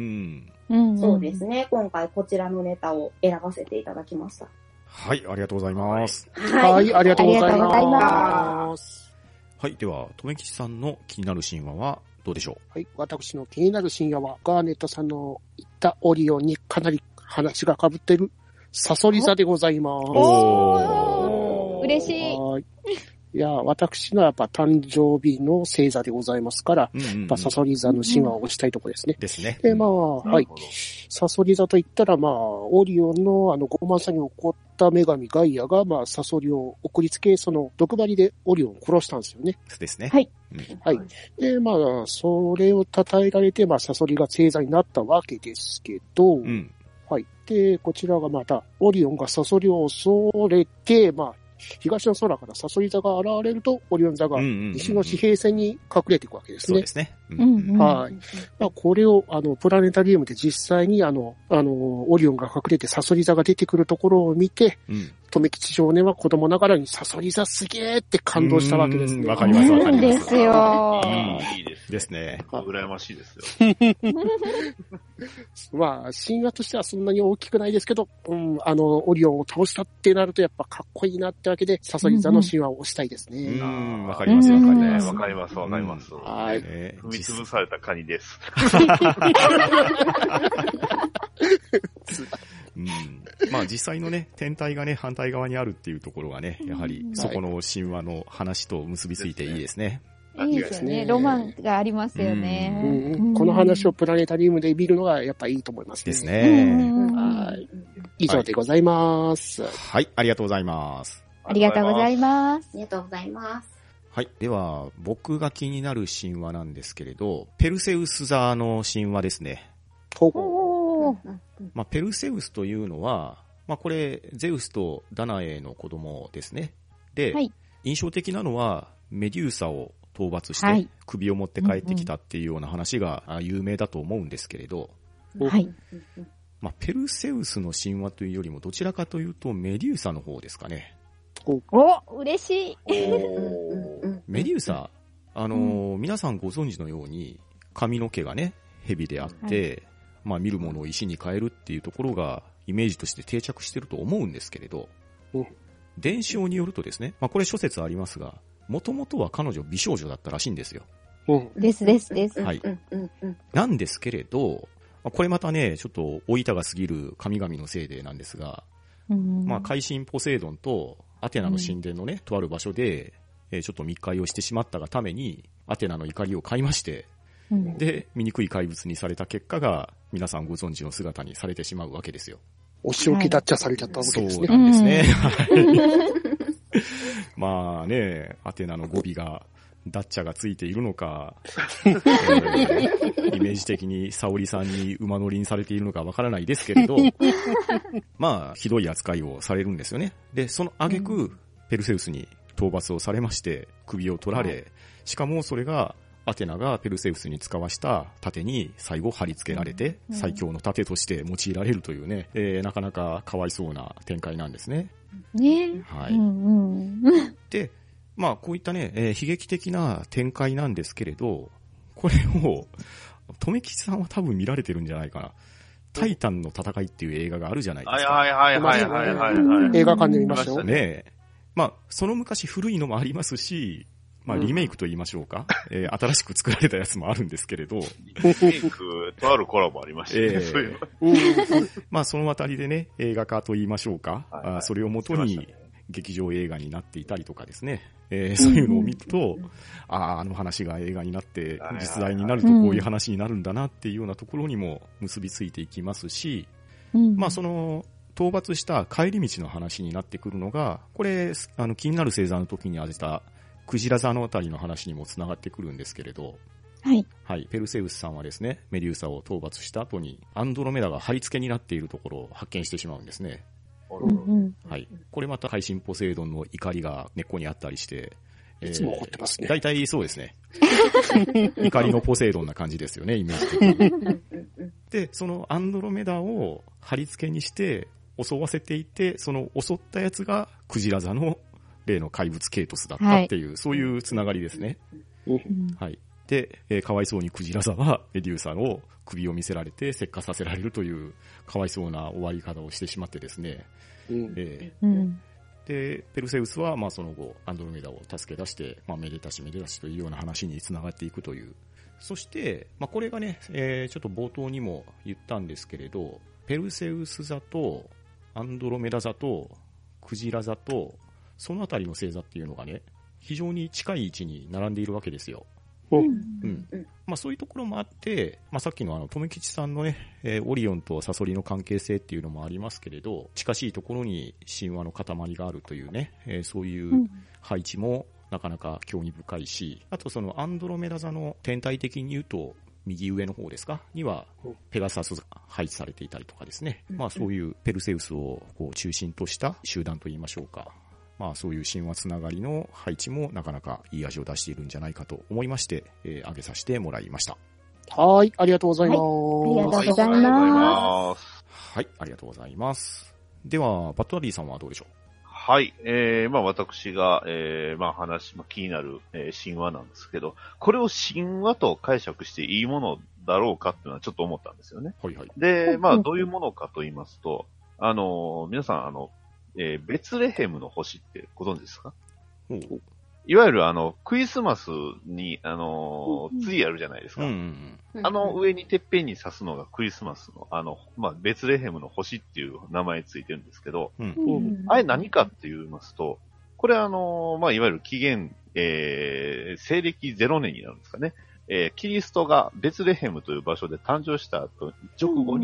そうですね、今回こちらのネタを選ばせていただきました。 はい、ありがとうございます。 はい、はい、ありがとうございます。 はい、では、とめきちさんの気になる神話はどうでしょう。 はい。私の気になる神話は、ガーネットさんの言ったオリオンにかなり話が被っている、サソリ座でございます。 おー、嬉しい。はい。 いや、私のやっぱ誕生日の星座でございますから、うんうんうん、やっぱサソリ座の神話を推したいところですね。 ですね。 で、まあ、はい。サソリ座と言ったら、まあ、オリオンのあの、ごまんさに起こった女神ガイアが、まあ、サソリを送りつけ、その、毒針でオリオンを殺したんですよね。 そうですね。 はい。 はい。で、まあ、それを称えられて、まあ、サソリが星座になったわけですけど、うん、はい。で、こちらがまた、オリオンがサソリを恐れて、まあ、東の空からサソリ座が現れると、オリオン座が西の地平線に隠れていくわけですね。 そうですね。 うん、はい。まあ、これを、あの、プラネタリウムで実際に、あの、あの、オリオンが隠れてサソリ座が出てくるところを見て、うん、留吉少年は子供ながらにサソリ座すげーって感動したわけですね。 わかります、わかります。 ですよ。 いいです。 ですね。 羨ましいですよ。 まあ、神話としてはそんなに大きくないですけど、うん、あの、オリオンを倒したってなるとやっぱかっこいいなってわけで、サソリ座の神話を推したいですね。 うん、わかります、わかります。 わかります、わかります。はい。踏み潰されたカニです。 うん、まあ実際のね、天体がね、反対側にあるっていうところがね、やはりそこの神話の話と結びついていいですね。 いいですよね。ロマンがありますよね。 うんうん、この話をプラネタリウムで見るのがやっぱいいと思いますね。 ですね。 はい。 以上でございます。 はい、はい、ありがとうございます。 ありがとうございます。 ありがとうございます。 はい。では、僕が気になる神話なんですけれど、ペルセウス座の神話ですね。 ほう。 まあ、ペルセウスというのは、まあ、これ、ゼウスとダナエの子供ですね。で、はい、印象的なのは、メデューサを討伐して、首を持って帰ってきたっていうような話が有名だと思うんですけれど、 はい。 まあ、ペルセウスの神話というよりも、どちらかというと、メデューサの方ですかね。 お、嬉しい。 メデューサ、あのーうん、皆さんご存知のように、髪の毛がね、蛇であって、はい、まあ見るものを石に変えるっていうところが、イメージとして定着してると思うんですけれど、伝承によるとですね、まあこれ諸説ありますが、もともとは彼女美少女だったらしいんですよ。 ですですです。 はい。なんですけれど、これまたね、ちょっと老いたが過ぎる神々のせいでなんですが、まあ海神ポセイドンと、アテナの神殿のね、うん、とある場所で、えー、ちょっと密会をしてしまったがために、アテナの怒りを買いまして、うん、で、醜い怪物にされた結果が、皆さんご存知の姿にされてしまうわけですよ。 お仕置きだっちゃされちゃったわけですね。 そうなんですね。まあね、アテナの語尾が、ダッチャがついているのか、えー、イメージ的に沙織さんに馬乗りにされているのかわからないですけれど、まあ、ひどい扱いをされるんですよね。で、その挙句、うん、ペルセウスに討伐をされまして、首を取られ、しかもそれが、アテナがペルセウスに使わした盾に最後貼り付けられて、うん、最強の盾として用いられるというね、えー、なかなかかわいそうな展開なんですね。 ね、 はい。 うんうん、 で、まあ、こういったね、えー、悲劇的な展開なんですけれど、これを、留吉さんは多分見られてるんじゃないかな。タイタンの戦いっていう映画があるじゃないですか。 はいはいはいはいはい、はい。 映画館で見ましたよね。まあ、その昔古いのもありますし、まあ、リメイクと言いましょうか。うん、えー、新しく作られたやつもあるんですけれど。リメイクとあるコラボありましたね。えー、そういうの。まあ、そのあたりでね、映画化と言いましょうか。はいはい、あそれをもとに、劇場映画になっていたりとかですね、えー、そういうのを見ると、ああ、あの話が映画になって実在になるとこういう話になるんだなっていうようなところにも結びついていきますし、うん、まあその討伐した帰り道の話になってくるのが、これあの気になる星座の時に挙げたクジラ座のあたりの話にもつながってくるんですけれど、 はい。 はい。ペルセウスさんはですね、メデューサを討伐した後にアンドロメダが貼り付けになっているところを発見してしまうんですね。 うんうん、 はい。これまた海神ポセイドンの怒りが根っこにあったりして、 いつも怒ってますね。 大体そうですね。怒りのポセイドンな感じですよね、イメージ的に。で、そのアンドロメダを貼り付けにして襲わせていて、その襲ったやつがクジラ座の例の怪物ケイトスだったっていう、はい、そういうつながりですね。はい。で、えー、かわいそうにクジラ座はメデューサを首を見せられて石化させられるというかわいそうな終わり方をしてしまってですね。うんえーうん、で、ペルセウスはまあその後アンドロメダを助け出して、まあ、めでたしめでたしというような話につながっていくという。そして、まあ、これがね、えー、ちょっと冒頭にも言ったんですけれど、ペルセウス座とアンドロメダ座とクジラ座とそのあたりの星座っていうのがね、非常に近い位置に並んでいるわけですよ。うん。まあそういうところもあって、まあさっきのあの、留吉さんのね、えー、オリオンとサソリの関係性っていうのもありますけれど、近しいところに神話の塊があるというね、えー、そういう配置もなかなか興味深いし、あとそのアンドロメダ座の天体的に言うと、右上の方ですかには、ペガサスが配置されていたりとかですね。まあそういうペルセウスをこう中心とした集団と言いましょうか。まあそういう神話つながりの配置もなかなかいい味を出しているんじゃないかと思いまして、えー、挙げさせてもらいました。 はい、ありがとうございます。 はい、ありがとうございます。 はい、ありがとうございます。では、バットダディさんはどうでしょう？ はい、えー、まあ私が、えー、まあ話、まあ、気になる、えー、神話なんですけど、これを神話と解釈していいものだろうかっていうのはちょっと思ったんですよね。 はいはい。 で、まあどういうものかと言いますと、あのー、皆さん、あの、えー、ベツレヘムの星ってご存知ですか？ うん、 いわゆるあの、クリスマスに、あのー、ツリーあるじゃないですか。 うんうん、 あの上にてっぺんに刺すのがクリスマスの、あの、まあ、ベツレヘムの星っていう名前ついてるんですけど、 うん、 あれ何かって言いますと、これあのー、まあ、いわゆる紀元、えー、西暦ゼロねんになるんですかね。えー、キリストがベツレヘムという場所で誕生した後、直後に、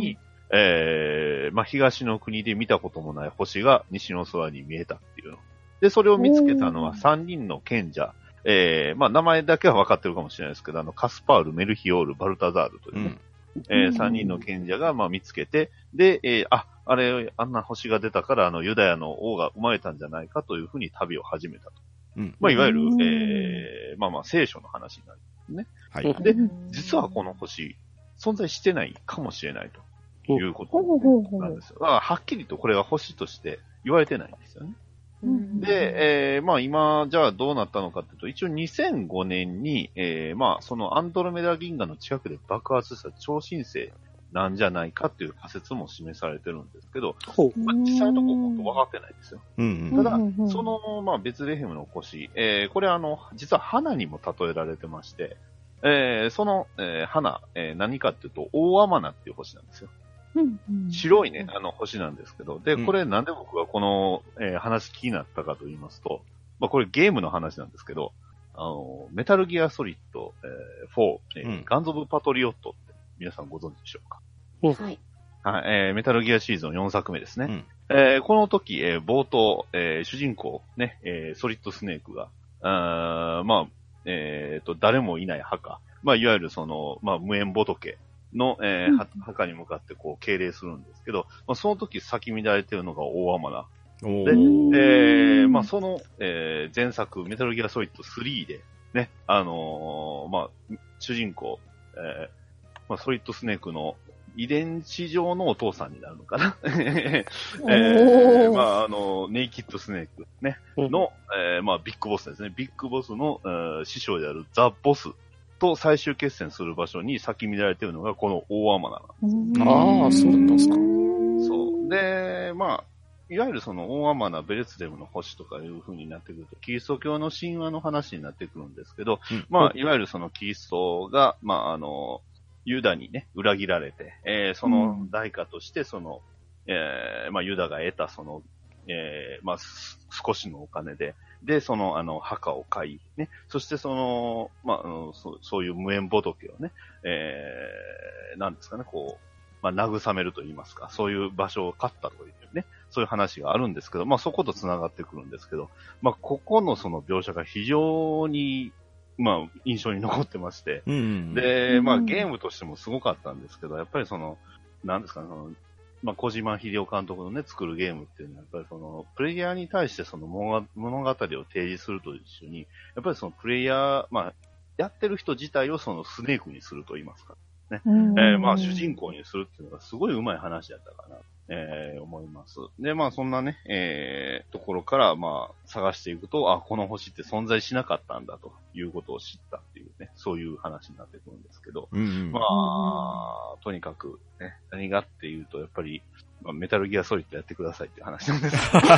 えー、まあ、東の国で見たこともない星が西の空に見えたっていうの。で、それを見つけたのはさんにんの賢者。えー、まあ、名前だけは分かってるかもしれないですけど、あの、カスパール、メルヒオール、バルタザールというね、うんえー、さんにんの賢者が、まあ、見つけて、で、えー、あ、あれ、あんな星が出たから、あの、ユダヤの王が生まれたんじゃないかというふうに旅を始めたと。うん、まあ、いわゆる、えー、まあまあ、聖書の話になるんですね。はい。で、実はこの星、存在してないかもしれないということなんですよ。だからはっきりとこれが星として言われてないんですよね。で、えー、まあ今、じゃあどうなったのかっていうと、一応にせんごねんに、えー、まあそのアンドロメダ銀河の近くで爆発した超新星なんじゃないかっていう仮説も示されてるんですけど、まあ、実際のところ本当分かってないですよ。うんうん、ただ、その、まあベツレヘムの星、えー、これあの、実は花にも例えられてまして、えー、その、えー、花、えー、何かっていうと、大天名っていう星なんですよ。うんうん、白いね、あの星なんですけど、で、これなんで僕がこの、えー、話気になったかと言いますと、まあこれゲームの話なんですけど、あの、メタルギアソリッド、えー、フォー、えーうん、ガンズ・オブ・パトリオットって皆さんご存知でしょうか？はい。はい、えー、メタルギアシーズンよんさくめですね。うんえー、この時、えー、冒頭、えー、主人公、ね、えー、ソリッドスネークが、あまあ、えっ、ー、と、誰もいない墓、まあ、いわゆるその、まあ、無縁仏、の、えー、墓に向かってこう敬礼するんですけど、まあ、その時咲き乱れてるのが大天名。で、えー、まあその、えー、前作、メタルギアソリッドスリーで、ね、あのー、まあ、主人公、えー、まあソリッドスネークの遺伝子上のお父さんになるのかな。えー、まああの、ネイキッドスネーク、ね、の、えー、まあビッグボスですね。ビッグボスの、えー、師匠であるザ・ボス。と最終決戦する場所に咲き乱れてるのがこの大天名なんですよ。 ああ、そうだったんですか。 そう。で、まあ、いわゆるその大天名、ベレツレムの星とかいう風になってくると、キリスト教の神話の話になってくるんですけど、うん、まあ、いわゆるそのキリストが、まあ、あの、ユダにね、裏切られて、えー、その代価としてその、うん、えー、まあ、ユダが得たその、えー、まあ、少しのお金で、で、その、あの、墓を買い、ね。そしてその、まあ、あのそう、そういう無縁仏をね、えー、なんですかね、こう、まあ、慰めると言いますか、そういう場所を買ったというね、そういう話があるんですけど、まあ、そこと繋がってくるんですけど、まあ、ここのその描写が非常に、まあ、印象に残ってまして、うんうん、で、まあ、ゲームとしてもすごかったんですけど、やっぱりその、なんですかね、その、まあ、小島秀夫監督のね、作るゲームっていうのは、やっぱりその、プレイヤーに対してその物語を提示すると一緒に、やっぱりそのプレイヤー、まあ、やってる人自体をそのスネークにすると言いますか、ね。えー、まあ、主人公にするっていうのがすごい上手い話だったかな、えー、思います。で、まあ、そんなね、えー、ところから、まあ、探していくと、あ、この星って存在しなかったんだということを知ったっていうね、そういう話になってくるんですけど、うんうん、まあ、とにかくね、何がっていうと、やっぱり、まあ、メタルギアソリッドやってくださいっていう話なんです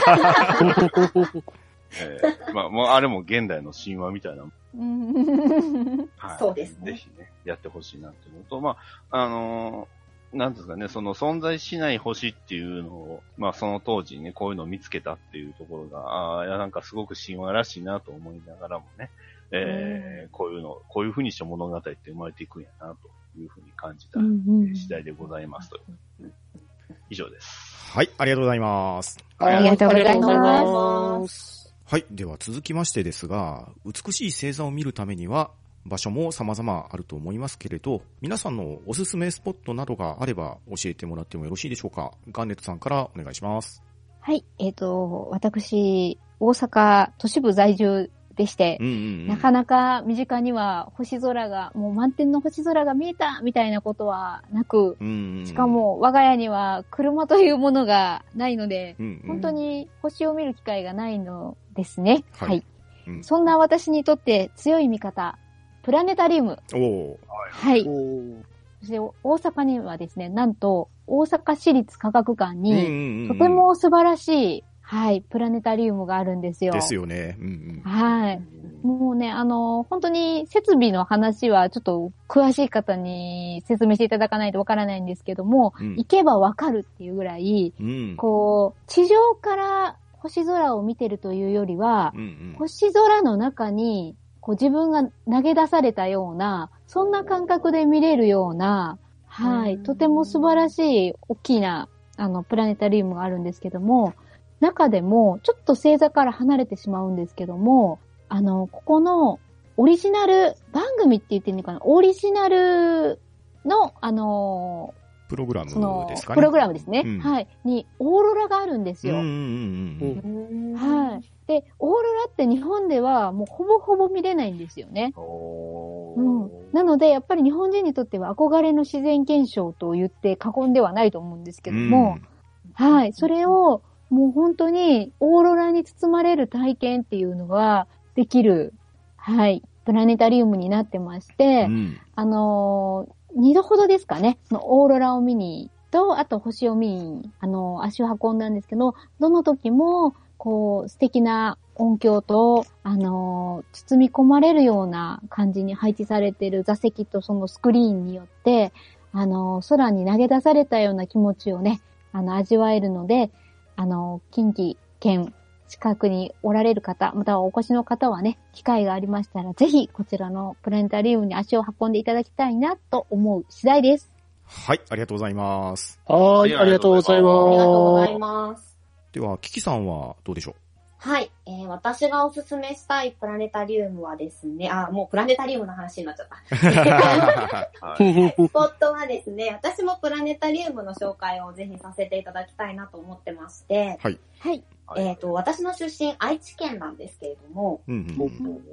えー、まあ、もうあれも現代の神話みたいな。 はい、そうですね。 ぜひね、やってほしいなっていうのと、まあ、あのー、なんですかね、その存在しない星っていうのを、まあその当時にね、こういうのを見つけたっていうところが、ああ、いやなんかすごく神話らしいなと思いながらもね、えー、こういうの、こういう風にして物語って生まれていくんやなという風に感じた次第でございますと。以上です。 はい、ありがとうございます。 ありがとうございます。 はい、では続きましてですが、美しい星座を見るためには、場所も様々あると思いますけれど、皆さんのおすすめスポットなどがあれば教えてもらってもよろしいでしょうか。ガンネットさんからお願いします。 はい、えっと、私、大阪都市部在住でして、うんうんうん、なかなか身近には星空が、もう満天の星空が見えたみたいなことはなく、うんうん、しかも我が家には車というものがないので、うんうん、本当に星を見る機会がないのですね。はい。はいうん、そんな私にとって強い味方、プラネタリウム。おはい。そして大阪にはですね、なんと大阪市立科学館にとても素晴らしい、はい、プラネタリウムがあるんですよ。 ですよね。うんうん、 はい。もうね、あの、本当に設備の話はちょっと詳しい方に説明していただかないとわからないんですけども、うん、行けばわかるっていうぐらい、うん、こう、地上から星空を見てるというよりは、うんうん、星空の中にこう自分が投げ出されたような、そんな感覚で見れるような、 はい。とても素晴らしい大きな、あの、プラネタリウムがあるんですけども、中でも、ちょっと星座から離れてしまうんですけども、あの、ここのオリジナル、番組って言っていいのかな、オリジナルの、あの、 プログラムですかね。 プログラムですね。 うん、 はい。に、オーロラがあるんですよ。はい。で、オーロラって日本ではもうほぼほぼ見れないんですよね。うん、なので、やっぱり日本人にとっては憧れの自然現象と言って過言ではないと思うんですけども、うん、はい。それを、もう本当にオーロラに包まれる体験っていうのができる、はい、プラネタリウムになってまして、うん、あのー、二度ほどですかね、そのオーロラを見にと、あと星を見に、あのー、足を運んだんですけど、どの時も、こう、素敵な音響と、あのー、包み込まれるような感じに配置されている座席とそのスクリーンによって、あのー、空に投げ出されたような気持ちをね、あの、味わえるので、あの、近畿圏近くにおられる方、またはお越しの方はね、機会がありましたら、ぜひこちらのプラネタリウムに足を運んでいただきたいなと思う次第です。 はい、ありがとうございます。 はい、ありがとうございます。 ありがとうございます。 では、キキさんはどうでしょう？ はい、えー、私がおすすめしたいプラネタリウムはですね、あ、もうプラネタリウムの話になっちゃった。スポットはですね、私もプラネタリウムの紹介をぜひさせていただきたいなと思ってまして、 はい。 はい。 えっと、私の出身、愛知県なんですけれども、うんうん、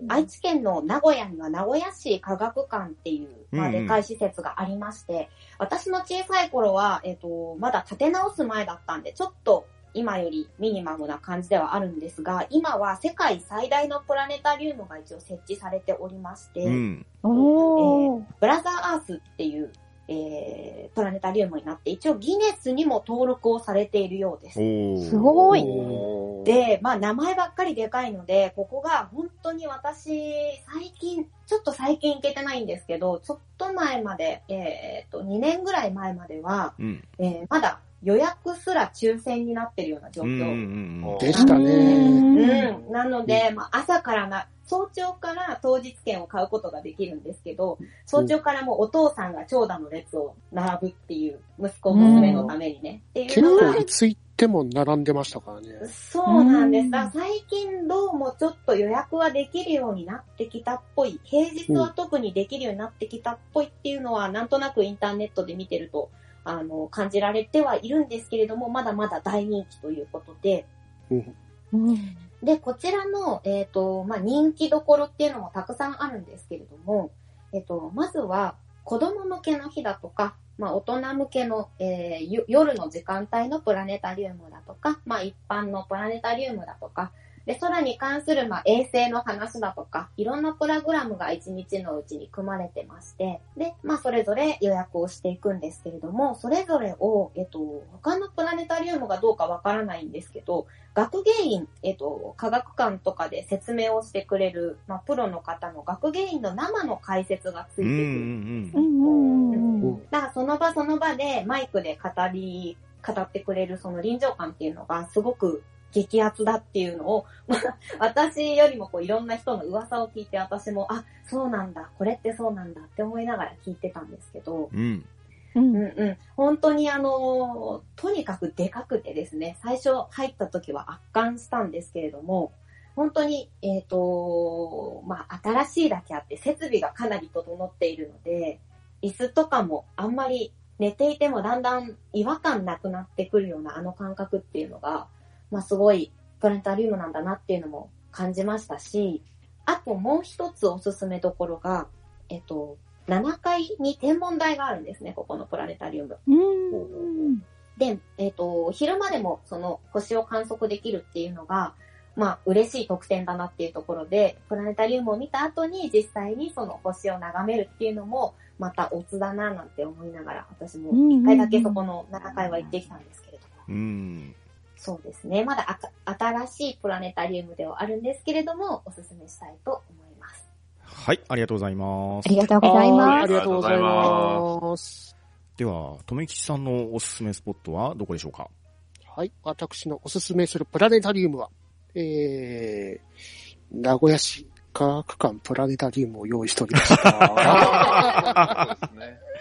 愛知県の名古屋には名古屋市科学館っていう、まあ、でかい施設がありまして、うんうん、私の小さい頃は、えっと、まだ建て直す前だったんで、ちょっと、今よりミニマムな感じではあるんですが、今は世界最大のプラネタリウムが一応設置されておりまして、うんえー、ブラザーアースっていう、えー、プラネタリウムになって、一応ギネスにも登録をされているようです。 すごい。 で、まあ名前ばっかりでかいので、ここが本当に私、最近、ちょっと最近行けてないんですけど、ちょっと前まで、えー、っと、にねんぐらい前までは、うんえー、まだ、予約すら抽選になってるような状況。 でしたね。 うん。なので、まあ、朝からな、早朝から当日券を買うことができるんですけど、早朝からもうお父さんが長蛇の列を並ぶっていう、息子娘のためにね。っていうのが。 結構いつ行っても並んでましたからね。 そうなんです。だから最近どうもちょっと予約はできるようになってきたっぽい。平日は特にできるようになってきたっぽいっていうのは、なんとなくインターネットで見てると、あの、感じられてはいるんですけれども、まだまだ大人気ということで。うんうん、で、こちらの、えっと、まあ、人気どころっていうのもたくさんあるんですけれども、えっと、まずは、子供向けの日だとか、まあ、大人向けの、えー、夜の時間帯のプラネタリウムだとか、まあ、一般のプラネタリウムだとか、で、空に関する、まあ、衛星の話だとか、いろんなプログラムが一日のうちに組まれてまして、で、まあ、それぞれ予約をしていくんですけれども、それぞれを、えっと、他のプラネタリウムがどうかわからないんですけど、学芸員、えっと、科学館とかで説明をしてくれる、まあ、プロの方の学芸員の生の解説がついてくるんです。だからその場その場でマイクで語り、語ってくれるその臨場感っていうのがすごく激アツだっていうのを、まあ、私よりもこういろんな人の噂を聞いて私も、あ、そうなんだ、これってそうなんだって思いながら聞いてたんですけど、うんうんうん、本当にあの、とにかくでかくてですね、最初入った時は圧巻したんですけれども、本当に、えっと、まあ、新しいだけあって設備がかなり整っているので、椅子とかもあんまり寝ていてもだんだん違和感なくなってくるようなあの感覚っていうのが、まあすごいプラネタリウムなんだなっていうのも感じましたし、あともう一つおすすめどころが、えっと、ななかいに天文台があるんですね、ここのプラネタリウム。うんで、えっと、昼間でもその星を観測できるっていうのが、まあ嬉しい特典だなっていうところで、プラネタリウムを見た後に実際にその星を眺めるっていうのも、またオツだななんて思いながら、私も一回だけそこのななかいは行ってきたんですけれども。うんそうですね。まだあ新しいプラネタリウムではあるんですけれども、おすすめしたいと思います。 はい、ありがとうございます。 ありがとうございます。 ありがとうございます。 では、とめきちさんのおすすめスポットはどこでしょうか？ はい、私のおすすめするプラネタリウムは、えー、名古屋市科学館プラネタリウムを用意しておりました。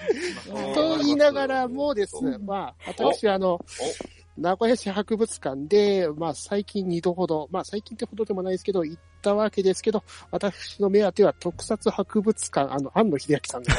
と言いながらもですね、まあ、私、あの、名古屋市博物館で、まあ最近二度ほど、まあ最近ってほどでもないですけど、行ったわけですけど、私の目当ては特撮博物館、あの、庵野秀明さんが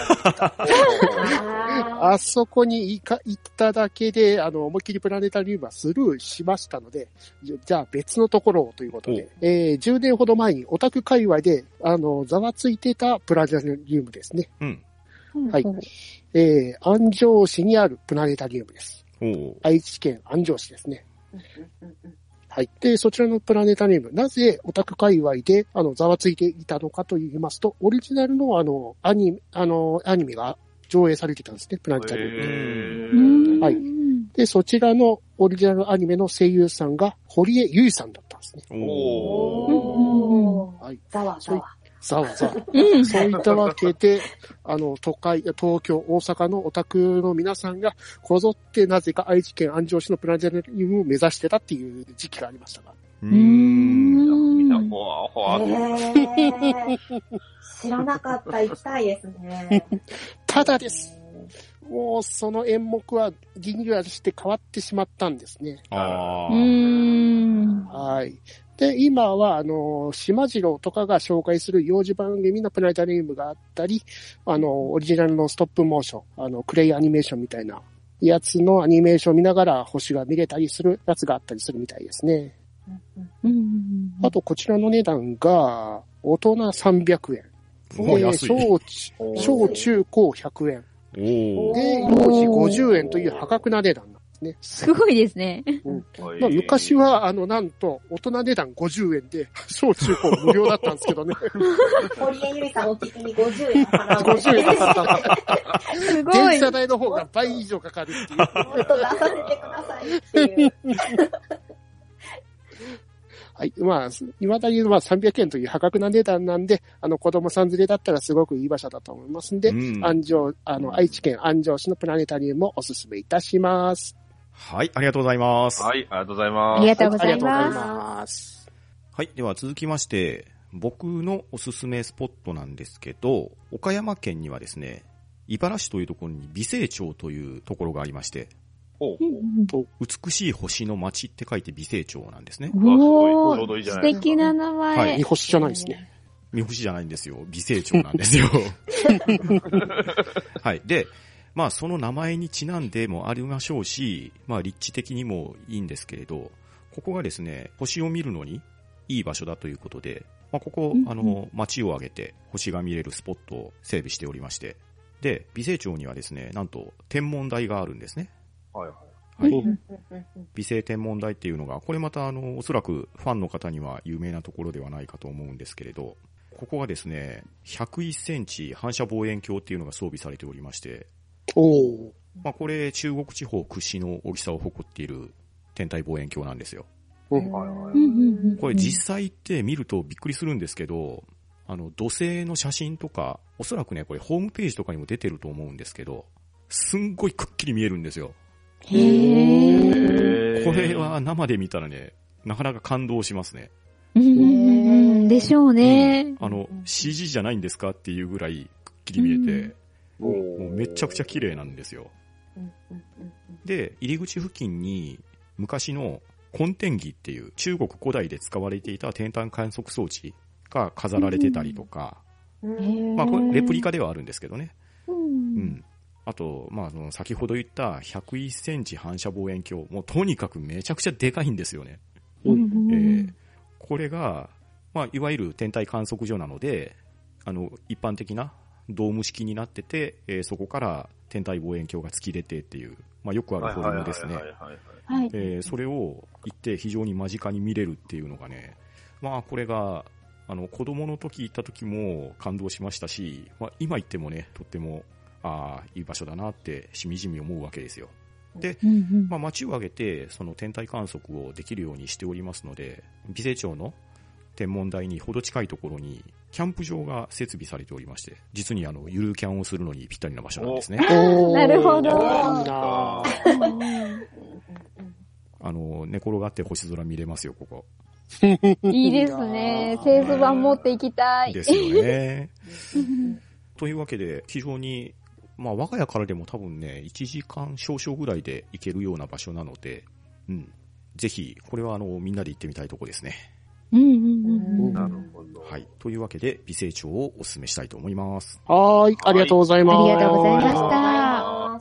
あそこに行か行っただけで、あの、思いっきりプラネタリウムはスルーしましたので、じゃあ別のところをということで、えー、じゅうねんほど前にオタク界隈で、あの、ざわついてたプラネタリウムですね。うん。はい。えー、安城市にあるプラネタリウムです。愛知県安城市ですね。はい。で、そちらのプラネタリウム、なぜオタク界隈で、あの、ざわついていたのかと言いますと、オリジナルのあの、アニメ、あの、アニメが上映されてたんですね、プラネタリウム。はい。で、そちらのオリジナルアニメの声優さんが、堀江由衣さんだったんですね。おー。はい。ざわざわ。ざわざわ。そういったわけで、あの、都会、東京、大阪のオタクの皆さんが、こぞってなぜか愛知県安城市のプラネタリウムを目指してたっていう時期がありましたが。うーん。 みんな、ほわほわ。 知らなかった、行きたいですね。 ただです。もう、その演目はリニューアルして変わってしまったんですね。ああ。うーん。はい。で、今は、あの、島次郎とかが紹介する幼児番組のプラネタリウムがあったり、あの、オリジナルのストップモーション、あの、クレイアニメーションみたいなやつのアニメーションを見ながら星が見れたりするやつがあったりするみたいですね。あと、こちらの値段が、大人さんびゃくえん。で、小、小中高ひゃくえん。で、幼児ごじゅうえんという破格な値段。ね、 すごいですね。 うんまあ、昔は、あの、なんと、大人値段ごじゅうえんで、小中高無料だったんですけどね。 堀江由衣さんお聞きにごじゅうえん払う。 ごじゅうえん払う。 すごい。 電車代の方が倍以上かかるっていう。 もっと出させてくださいっていう。 はい。まあ、未だにまあさんびゃくえんという破格な値段なんで、あの、子供さん連れだったらすごくいい場所だと思いますんで、うん、安城、あの、愛知県安城市のプラネタリウムをおすすめいたします。 はい、ありがとうございます。 はい、ありがとうございます。 ありがとうございます。 ありがとうございます。 はい、では続きまして、僕のおすすめスポットなんですけど、岡山県にはですね、茨城市というところに美星町というところがありまして、おうおう美しい星の町って書いて美星町なんですね。 うわ、すごい。ちょうどいいじゃないですか。素敵な名前。 はい。三星じゃないですね。 三星じゃないんですよ。美星町なんですよ。はい。で、まあその名前にちなんでもありましょうし、まあ立地的にもいいんですけれど、ここがですね、星を見るのにいい場所だということで、まあここ、あの、街を挙げて星が見れるスポットを整備しておりまして、で、美星町にはですね、なんと天文台があるんですね。はいはい。はい。美星天文台っていうのが、これまたあの、おそらくファンの方には有名なところではないかと思うんですけれど、ここがですね、ひゃくいっセンチ反射望遠鏡っていうのが装備されておりまして、おまあこれ中国地方屈指の大きさを誇っている天体望遠鏡なんですよ。これ実際って見るとびっくりするんですけど、あの土星の写真とか、おそらくね、これホームページとかにも出てると思うんですけど、すんごいくっきり見えるんですよ。へー。これは生で見たらね、なかなか感動しますね。 うーん、でしょうね、 うん。あの、シージー じゃないんですかっていうぐらいくっきり見えて、もうめちゃくちゃ綺麗なんですよ。で、入り口付近に昔の根天儀っていう中国古代で使われていた天体観測装置が飾られてたりとか、まあこれレプリカではあるんですけどね。うん。あと、まあ、その先ほど言ったひゃくいっセンチ反射望遠鏡、もうとにかくめちゃくちゃでかいんですよね。うん、えー、これが、まあ、いわゆる天体観測所なので、あの、一般的なドーム式になってて、えー、そこから天体望遠鏡が突き出てっていう、まあ、よくあるフォルムですね。それを行って非常に間近に見れるっていうのがね、まあ、これが、あの、子供の時行った時も感動しましたし、まあ、今行ってもね、とっても、ああ、いい場所だなってしみじみ思うわけですよ。で、うんうん、まあ、町を挙げてその天体観測をできるようにしておりますので、美星町の天文台にほど近いところにキャンプ場が設備されておりまして、実にあのゆるキャンをするのにぴったりな場所なんですね。 なるほど。 あの寝転がって星空見れますよ、ここ。 いいですね。製図版持っていきたい。 ですよね。というわけで非常にまあ我が家からでも多分ね、いちじかん少々ぐらいで行けるような場所なので、うん。ぜひ、これはあの、みんなで行ってみたいとこですね。 うんうんうん。 なるほど。 はい。というわけで、美成長をお勧めしたいと思います。 はい。ありがとうございます。 ありがとうございました。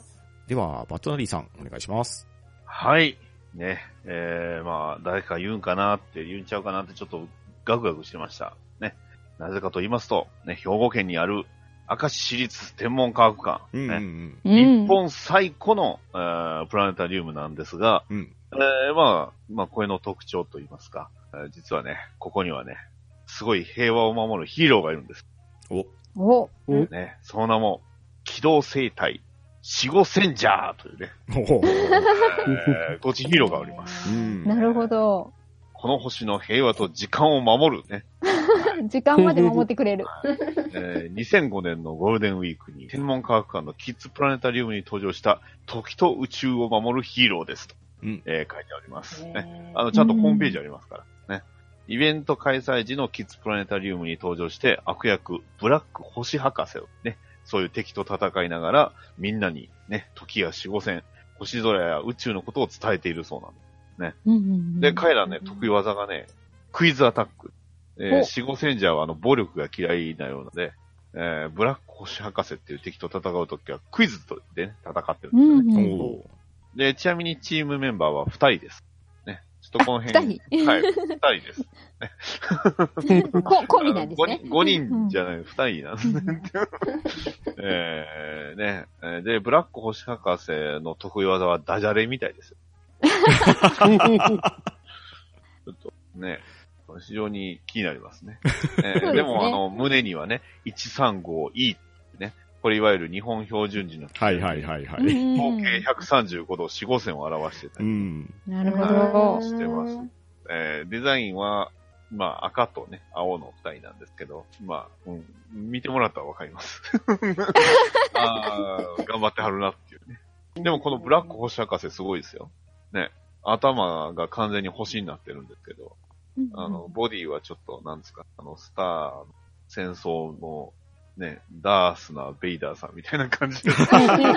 では、バットナリーさん、お願いします。 はい。ね。えー、まあ、誰か言うんかなって、言うんちゃうかなって、ちょっとガクガクしてました。ね。なぜかと言いますと、ね、兵庫県にある、明石市立天文科学館、ね、うんうんうん、日本最古の、えー、プラネタリウムなんですが、うん、えー、まあ、まあ、これの特徴と言いますか、えー、実はね、ここにはね、すごい平和を守るヒーローがいるんです。 おおね、その名も、機動生態、シゴセンジャーというね、えー、ゴチヒーローがおります。 うん、なるほど。 この星の平和と時間を守るね。 時間まで守ってくれる。 えー、にせんごねんのゴールデンウィークに天文科学館のキッズプラネタリウムに登場した時と宇宙を守るヒーローですと、うんえー、書いてあります、ね。あの、ちゃんとホームページありますからね。イベント開催時のキッズプラネタリウムに登場して悪役ブラック星博士をね、そういう敵と戦いながらみんなにね、時や四五線、星空や宇宙のことを伝えているそうなんです。ね。で、彼らね、得意技がね、クイズアタック。えー、シゴセンジャーはあの、暴力が嫌いなようなので、えー、ブラック星博士っていう敵と戦うときはクイズでね、戦ってるんですよね。うんうん、で、ちなみにチームメンバーはふたりです。ね。ちょっとこの辺。ふたりはい、ふたりです。 ね、こ、コンビなんですね。 ごにんじゃない、ふたりなんですね。えー、ね。で、ブラック星博士の得意技はダジャレみたいですよ。ちょっとね、非常に気になりますね。えー、で, ねでも、あの、胸にはね、いちさんごイー ね、これいわゆる日本標準時の、 はいはいはいはい。 合計ひゃくさんじゅうごどよん、ご線を表してたり、うん、 なるほど。 してます。えー、デザインは、まあ、赤とね、青の二人なんですけど、まあ、うん、見てもらったらわかります。あー、頑張ってはるなっていうね。でもこのブラック星博士すごいですよ。ね。頭が完全に星になってるんですけど、あの、ボディはちょっと、なんですか、あの、スターの戦争の、ね、ダースなベイダーさんみたいな感じです。こ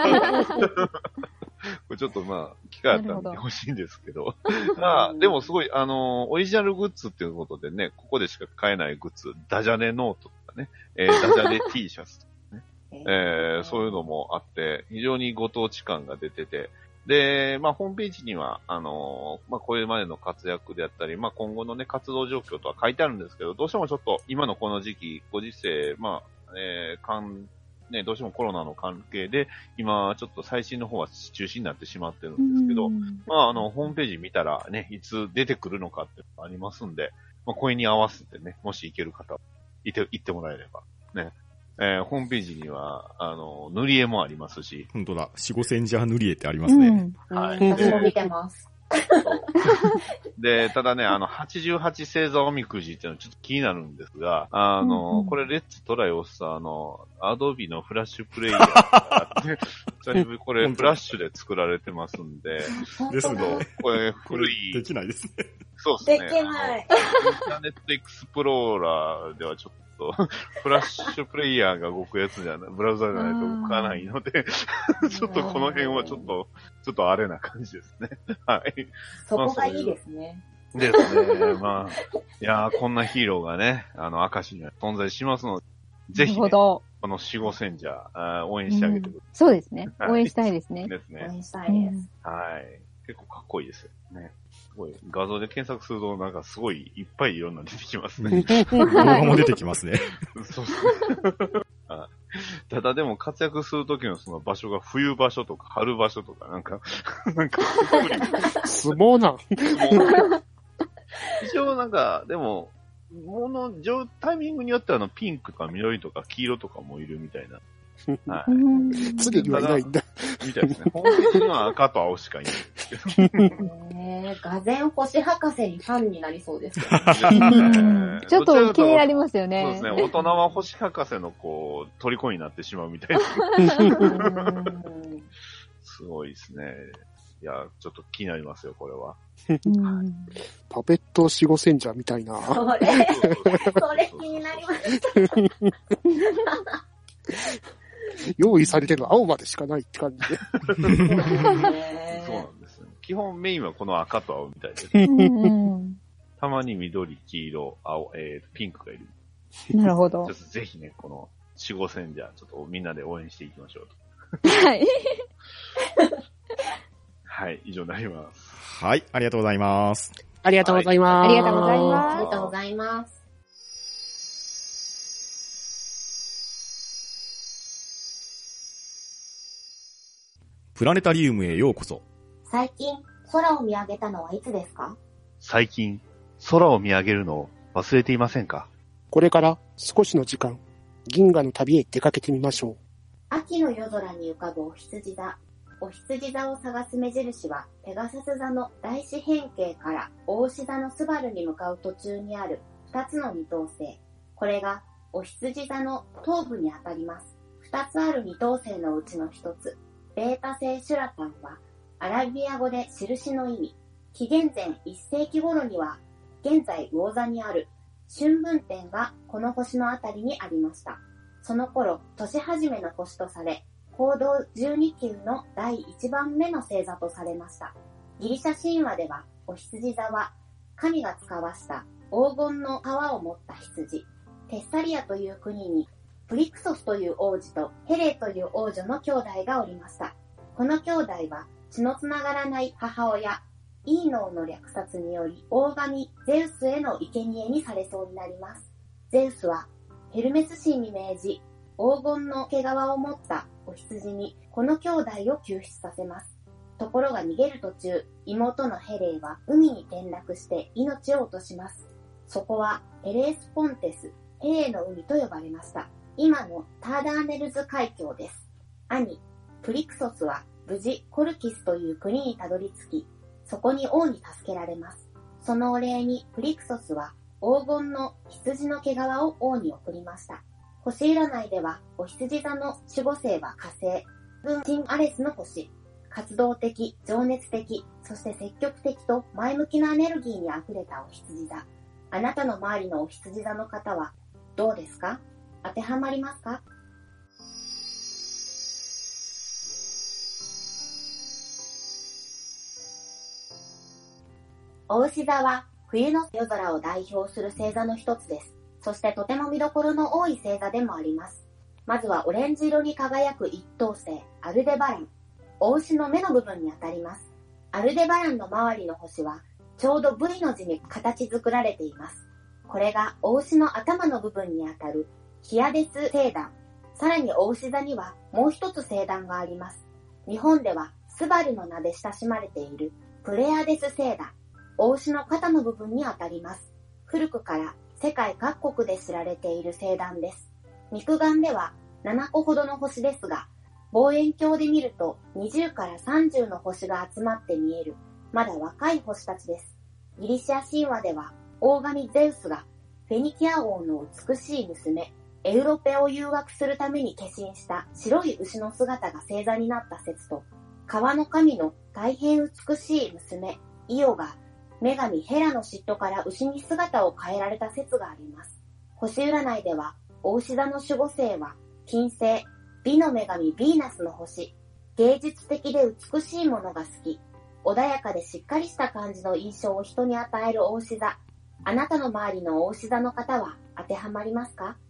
れちょっとまあ、機会あったら見てほしいんですけど。まあ、でもすごい、あの、オリジナルグッズっていうことでね、ここでしか買えないグッズ、ダジャネノートとかね、えー、ダジャネ T シャツとかね、えー、そういうのもあって、非常にご当地感が出てて、で、まあ、ホームページには、あのー、まあ、これまでの活躍であったり、まあ、今後のね、活動状況とは書いてあるんですけど、どうしてもちょっと、今のこの時期、ご時世、まあ、えー、かん、ね、どうしてもコロナの関係で、今、ちょっと最新の方は中止になってしまってるんですけど、まあ、あの、ホームページ見たらね、いつ出てくるのかってありますんで、まあ、これに合わせてね、もし行ける方、いて、行ってもらえれば、ね。えー、ホームページには、あの、塗り絵もありますし。 本当だ。四五千じゃ塗り絵ってありますね。 うん、はい。私も見てます。 で、ただね、あの、はちじゅうはち星座おみくじっていうのはちょっと気になるんですが、あの、うんうん、これ、レッツトライオスターの、アドビのフラッシュプレイヤーこれ、フラッシュで作られてますんで、 ですね。 これ、古い。 できないですね。 そうですね。 できない。インターネットエクスプローラーではちょっと、フラッシュプレイヤーが動くやつじゃない、ブラウザじゃないと動かないので、ちょっとこの辺はちょっと、ちょっとあれな感じですね。はい。 そこがいいですね。 ですね。まあ、いやー、こんなヒーローがね、あの、明石には存在しますので、ぜひ、ね、この四五戦者、応援してあげてください、うん。 そうですね。応援したいですね。 ですね。 応援したいです。 はい。結構かっこいいですよね。すごい、画像で検索するとなんかすごいいっぱいいろんな出てきますね。 動画も出てきますね。 そうですね。ただでも活躍するときのその場所が冬場所とか春場所とかなんか、なんか相撲なん。 一応なんか、でも、もの、タイミングによってはあのピンクとか緑とか黄色とかもいるみたいな。 はい。常にはいないんだ。 みたいですね。本当には赤と青しかいないんですけど。 ねえ、がぜん星博士にファンになりそうですよね。ちょっと気になりますよね。 そうですね。大人は星博士のこう、虜になってしまうみたいな。すごいですね。いや、ちょっと気になりますよ、これは。 パペット四五戦者みたいな。 それ、それ気になります。 用意されてるのは青までしかないって感じで。 そうなんですよ。基本メインはこの赤と青みたいです。たまに緑、黄色、青、えー、ピンクがいる。 なるほど。 ちょっとぜひね、このよん、ご戦じゃ、ちょっとみんなで応援していきましょうと。はい。 はい、以上になります。 はい、ありがとうございます。 ありがとうございます。 ありがとうございます。 ありがとうございます。 プラネタリウムへようこそ。 最近、空を見上げたのはいつですか？ 最近、空を見上げるのを忘れていませんか？ これから少しの時間、銀河の旅へ出かけてみましょう。 秋の夜空に浮かぶお羊座。お羊座を探す目印は、ペガサス座の大四辺形から大牛座のスバルに向かう途中にある二つの二等星。これがお羊座の東部にあたります。二つある二等星のうちの一つ、ベータ星シュラタンは、アラビア語で印の意味。紀元前いっ世紀頃には、現在魚座にある春分点がこの星のあたりにありました。その頃、年始めの星とされ、行動じゅうに級のだいいちばんめの星座とされました。ギリシャ神話では、お羊座は、神が使わした黄金の皮を持った羊、テッサリアという国に、プリクソスという王子とヘレーという王女の兄弟がおりました。この兄弟は、血のつながらない母親、イーノーの略殺により、大神ゼウスへの生贄にされそうになります。ゼウスは、ヘルメス神に命じ、黄金の毛皮を持ったお羊にこの兄弟を救出させます。ところが逃げる途中、妹のヘレーは海に転落して命を落とします。そこはヘレースポンテス、ヘレーの海と呼ばれました。今のターダーネルズ海峡です。兄、プリクソスは無事コルキスという国にたどり着き、そこに王に助けられます。そのお礼にプリクソスは黄金の羊の毛皮を王に送りました。星占いでは、お羊座の守護星は火星、分身アレスの星。活動的、情熱的、そして積極的と前向きなエネルギーに溢れたお羊座。あなたの周りのお羊座の方は、どうですか？当てはまりますか？お牛座は、冬の夜空を代表する星座の一つです。そしてとても見どころの多い星座でもあります。まずはオレンジ色に輝く一等星、アルデバラン。お牛の目の部分にあたります。アルデバランの周りの星は、ちょうど V の字に形作られています。これがお牛の頭の部分にあたるヒアデス星団。さらにお牛座にはもう一つ星団があります。日本ではスバルの名で親しまれているプレアデス星団。お牛の肩の部分にあたります。古くから世界各国で知られている星団です。肉眼ではななこほどの星ですが、望遠鏡で見るとにじゅうからさんじゅうの星が集まって見える、まだ若い星たちです。ギリシャ神話では、大神ゼウスがフェニキア王の美しい娘、エウロペを誘惑するために化身した白い牛の姿が星座になった説と、川の神の大変美しい娘、イオが女神ヘラの嫉妬から牛に姿を変えられた説があります。星占いでは、お牛座の守護星は、金星、美の女神ヴィーナスの星、芸術的で美しいものが好き、穏やかでしっかりした感じの印象を人に与えるお牛座。あなたの周りのお牛座の方は当てはまりますか？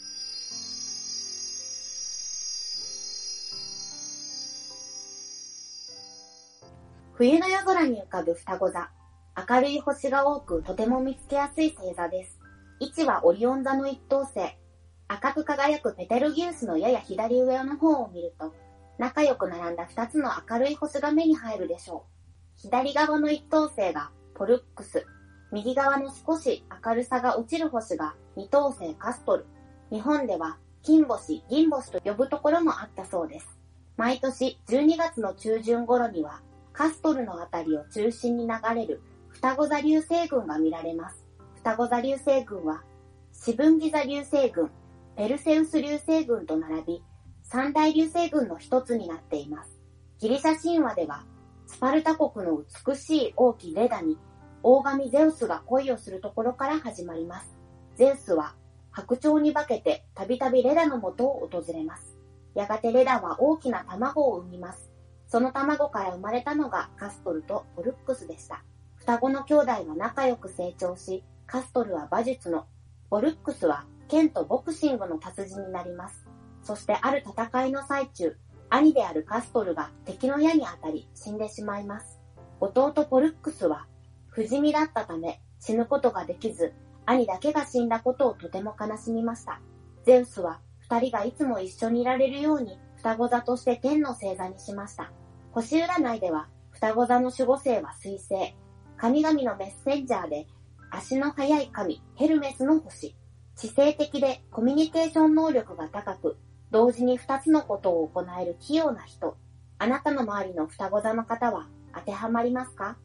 冬の夜空に浮かぶ双子座。明るい星が多くとても見つけやすい星座です。位置はオリオン座の一等星。赤く輝くペテルギウスのやや左上の方を見ると、仲良く並んだ二つの明るい星が目に入るでしょう。左側の一等星がポルックス。右側の少し明るさが落ちる星が二等星カストル。日本では金星、銀星と呼ぶところもあったそうです。毎年じゅうにがつの中旬頃にはカストルのあたりを中心に流れる双子座流星群が見られます。双子座流星群は四分岐座流星群、ペルセウス流星群と並び三大流星群の一つになっています。ギリシャ神話ではスパルタ国の美しい王妃レダに大神ゼウスが恋をするところから始まります。ゼウスは白鳥に化けてたびたびレダの元を訪れます。 やがてレダは大きな卵を産みます。その卵から生まれたのがカストルとポルックスでした。双子の兄弟は仲良く成長し、カストルは馬術の、ポルックスは剣とボクシングの達人になります。そしてある戦いの最中、兄であるカストルが敵の矢に当たり死んでしまいます。弟ポルックスは不死身だったため死ぬことができず、兄だけが死んだことをとても悲しみました。ゼウスは二人がいつも一緒にいられるように双子座として天の星座にしました。星占いでは双子座の守護星は水星、神々のメッセンジャーで足の速い神ヘルメスの星、知性的でコミュニケーション能力が高く、同時に二つのことを行える器用な人。あなたの周りの双子座の方は当てはまりますか？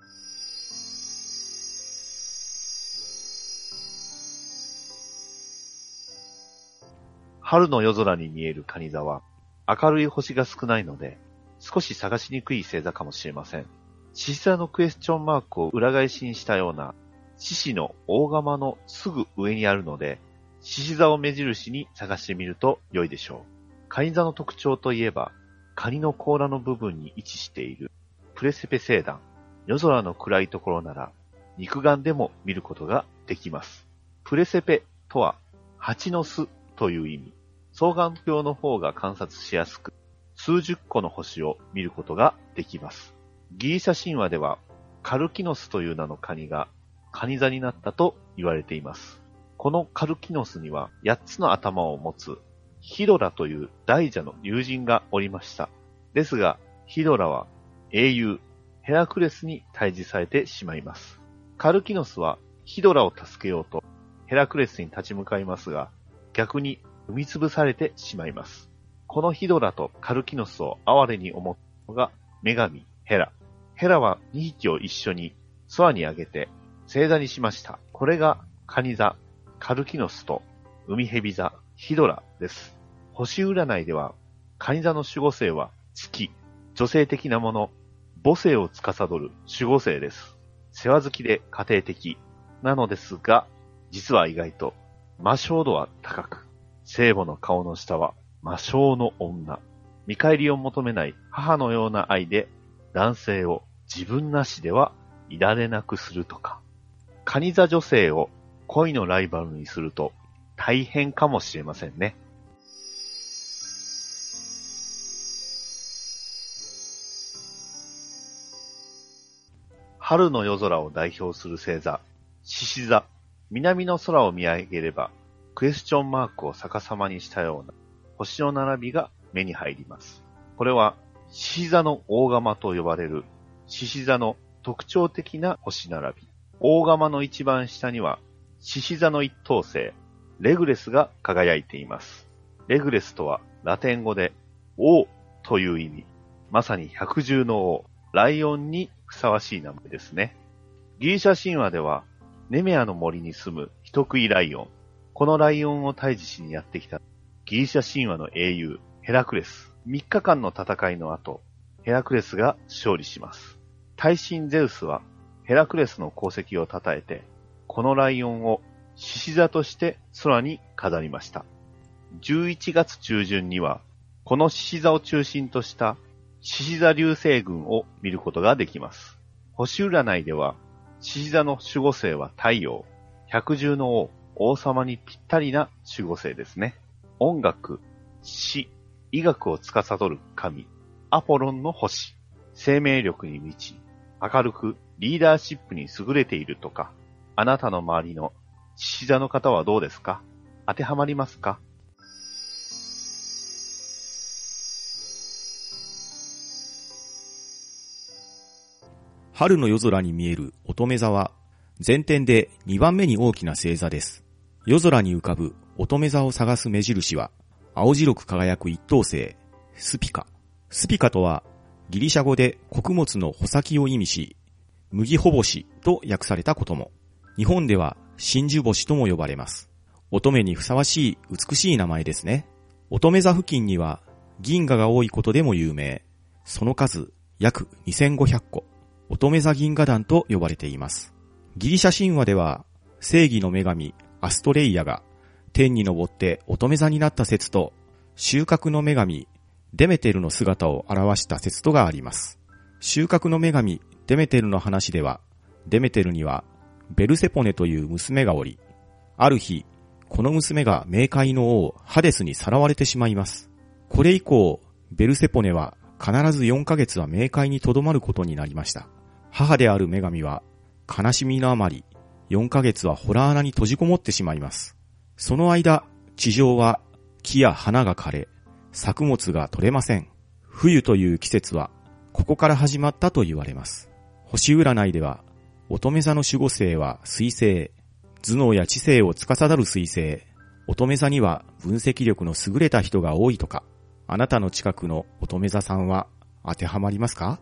春の夜空に見える蟹座は明るい星が少ないので少し探しにくい星座かもしれません。獅子座のクエスチョンマークを裏返しにしたような獅子の大釜のすぐ上にあるので、獅子座を目印に探してみると良いでしょう。蟹座の特徴といえば、カニの甲羅の部分に位置しているプレセペ星団。夜空の暗いところなら肉眼でも見ることができます。プレセペとは蜂の巣という意味。双眼鏡の方が観察しやすく、数十個の星を見ることができます。ギリシャ神話ではカルキノスという名のカニが蟹座になったと言われています。このカルキノスには八つの頭を持つヒドラという大蛇の友人がおりました。ですが、ヒドラは英雄ヘラクレスに退治されてしまいます。カルキノスはヒドラを助けようとヘラクレスに立ち向かいますが、逆に踏み潰されてしまいます。このヒドラとカルキノスを哀れに思ったのが女神ヘラ。ヘラはにひきを一緒に空に上げて星座にしました。これが蟹座、カルキノスと海蛇座、ヒドラです。星占いでは、蟹座の守護星は月、女性的なもの、母性を司る守護星です。世話好きで家庭的なのですが、実は意外と魔性度は高く、聖母の顔の下は魔性の女。見返りを求めない母のような愛で、男性を自分なしではいられなくするとか。蟹座女性を恋のライバルにすると大変かもしれませんね。春の夜空を代表する星座、獅子座。南の空を見上げれば、クエスチョンマークを逆さまにしたような星の並びが目に入ります。これは獅子座の大釜と呼ばれる獅子座の特徴的な星並び。大釜の一番下には獅子座の一等星、レグレスが輝いています。レグレスとはラテン語で王という意味。まさに百獣の王、ライオンにふさわしい名前ですね。ギリシャ神話ではネメアの森に住む人食いライオン。このライオンを退治しにやってきたギリシャ神話の英雄ヘラクレス。みっかかんの戦いの後、ヘラクレスが勝利します。大神ゼウスはヘラクレスの功績を称えて、このライオンを獅子座として空に飾りました。じゅういちがつ中旬には、この獅子座を中心とした獅子座流星群を見ることができます。星占いでは、獅子座の守護星は太陽、百獣の王、王様にぴったりな守護星ですね。音楽、詩、医学を司る神、アポロンの星、生命力に満ち、明るくリーダーシップに優れているとか、あなたの周りの獅子座の方はどうですか？当てはまりますか？ 春の夜空に見える乙女座は、全天でにばんめに大きな星座です。夜空に浮かぶ乙女座を探す目印は、青白く輝く一等星、スピカ。スピカとは、ギリシャ語で穀物の穂先を意味し、麦穂星と訳されたことも、日本では真珠星とも呼ばれます。乙女にふさわしい美しい名前ですね。乙女座付近には銀河が多いことでも有名。その数約にせんごひゃっこ。乙女座銀河団と呼ばれています。ギリシャ神話では正義の女神アストレイヤが天に昇って乙女座になった説と、 収穫の女神、デメテルの姿を表した説とがあります。収穫の女神、デメテルの話では、デメテルにはベルセポネという娘がおり、ある日、この娘が冥界の王ハデスにさらわれてしまいます。これ以降、ベルセポネは必ずよんかげつは冥界に留まることになりました。母である女神は悲しみのあまり、よんかげつは洞穴に閉じこもってしまいます。その間、地上は木や花が枯れ、作物が取れません。冬という季節はここから始まったと言われます。星占いでは、乙女座の守護星は水星、頭脳や知性を司る水星、乙女座には分析力の優れた人が多いとか、あなたの近くの乙女座さんは当てはまりますか？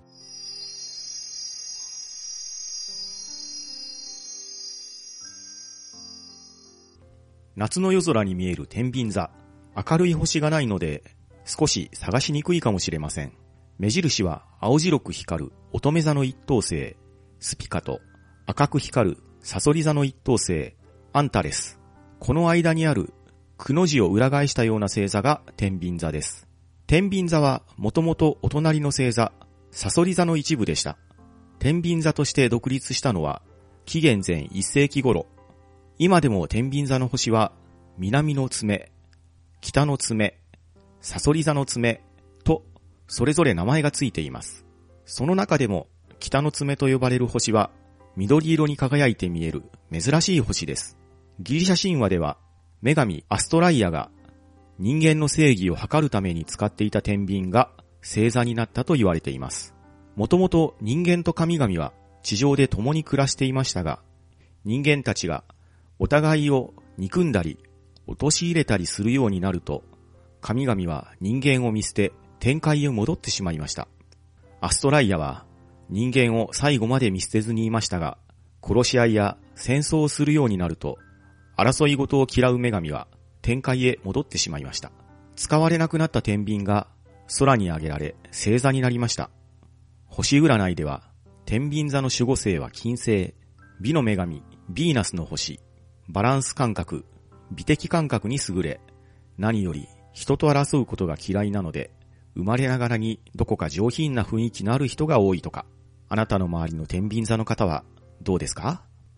夏の夜空に見える天秤座。明るい星がないので少し探しにくいかもしれません。目印は青白く光る乙女座の一等星、スピカと赤く光るサソリ座の一等星、アンタレス。この間にあるくの字を裏返したような星座が天秤座です。天秤座はもともとお隣の星座、サソリ座の一部でした。天秤座として独立したのは紀元前いっせいき頃。今でも天秤座の星は南の爪、北の爪、サソリ座の爪とそれぞれ名前がついています。その中でも北の爪と呼ばれる星は緑色に輝いて見える珍しい星です。ギリシャ神話では女神アストライアが人間の正義を図るために使っていた天秤が星座になったと言われています。もともと人間と神々は地上で共に暮らしていましたが、人間たちがお互いを憎んだり陥れたりするようになると、神々は人間を見捨て天界へ戻ってしまいました。アストライアは人間を最後まで見捨てずにいましたが、殺し合いや戦争をするようになると、争い事を嫌う女神は天界へ戻ってしまいました。使われなくなった天秤が空に上げられ星座になりました。星占いでは天秤座の守護星は金星、美の女神ヴィーナスの星、バランス感覚、美的感覚に優れ、何より人と争うことが嫌いなので、生まれながらにどこか上品な雰囲気のある人が多いとか。あなたの周りの天秤座の方はどうですか？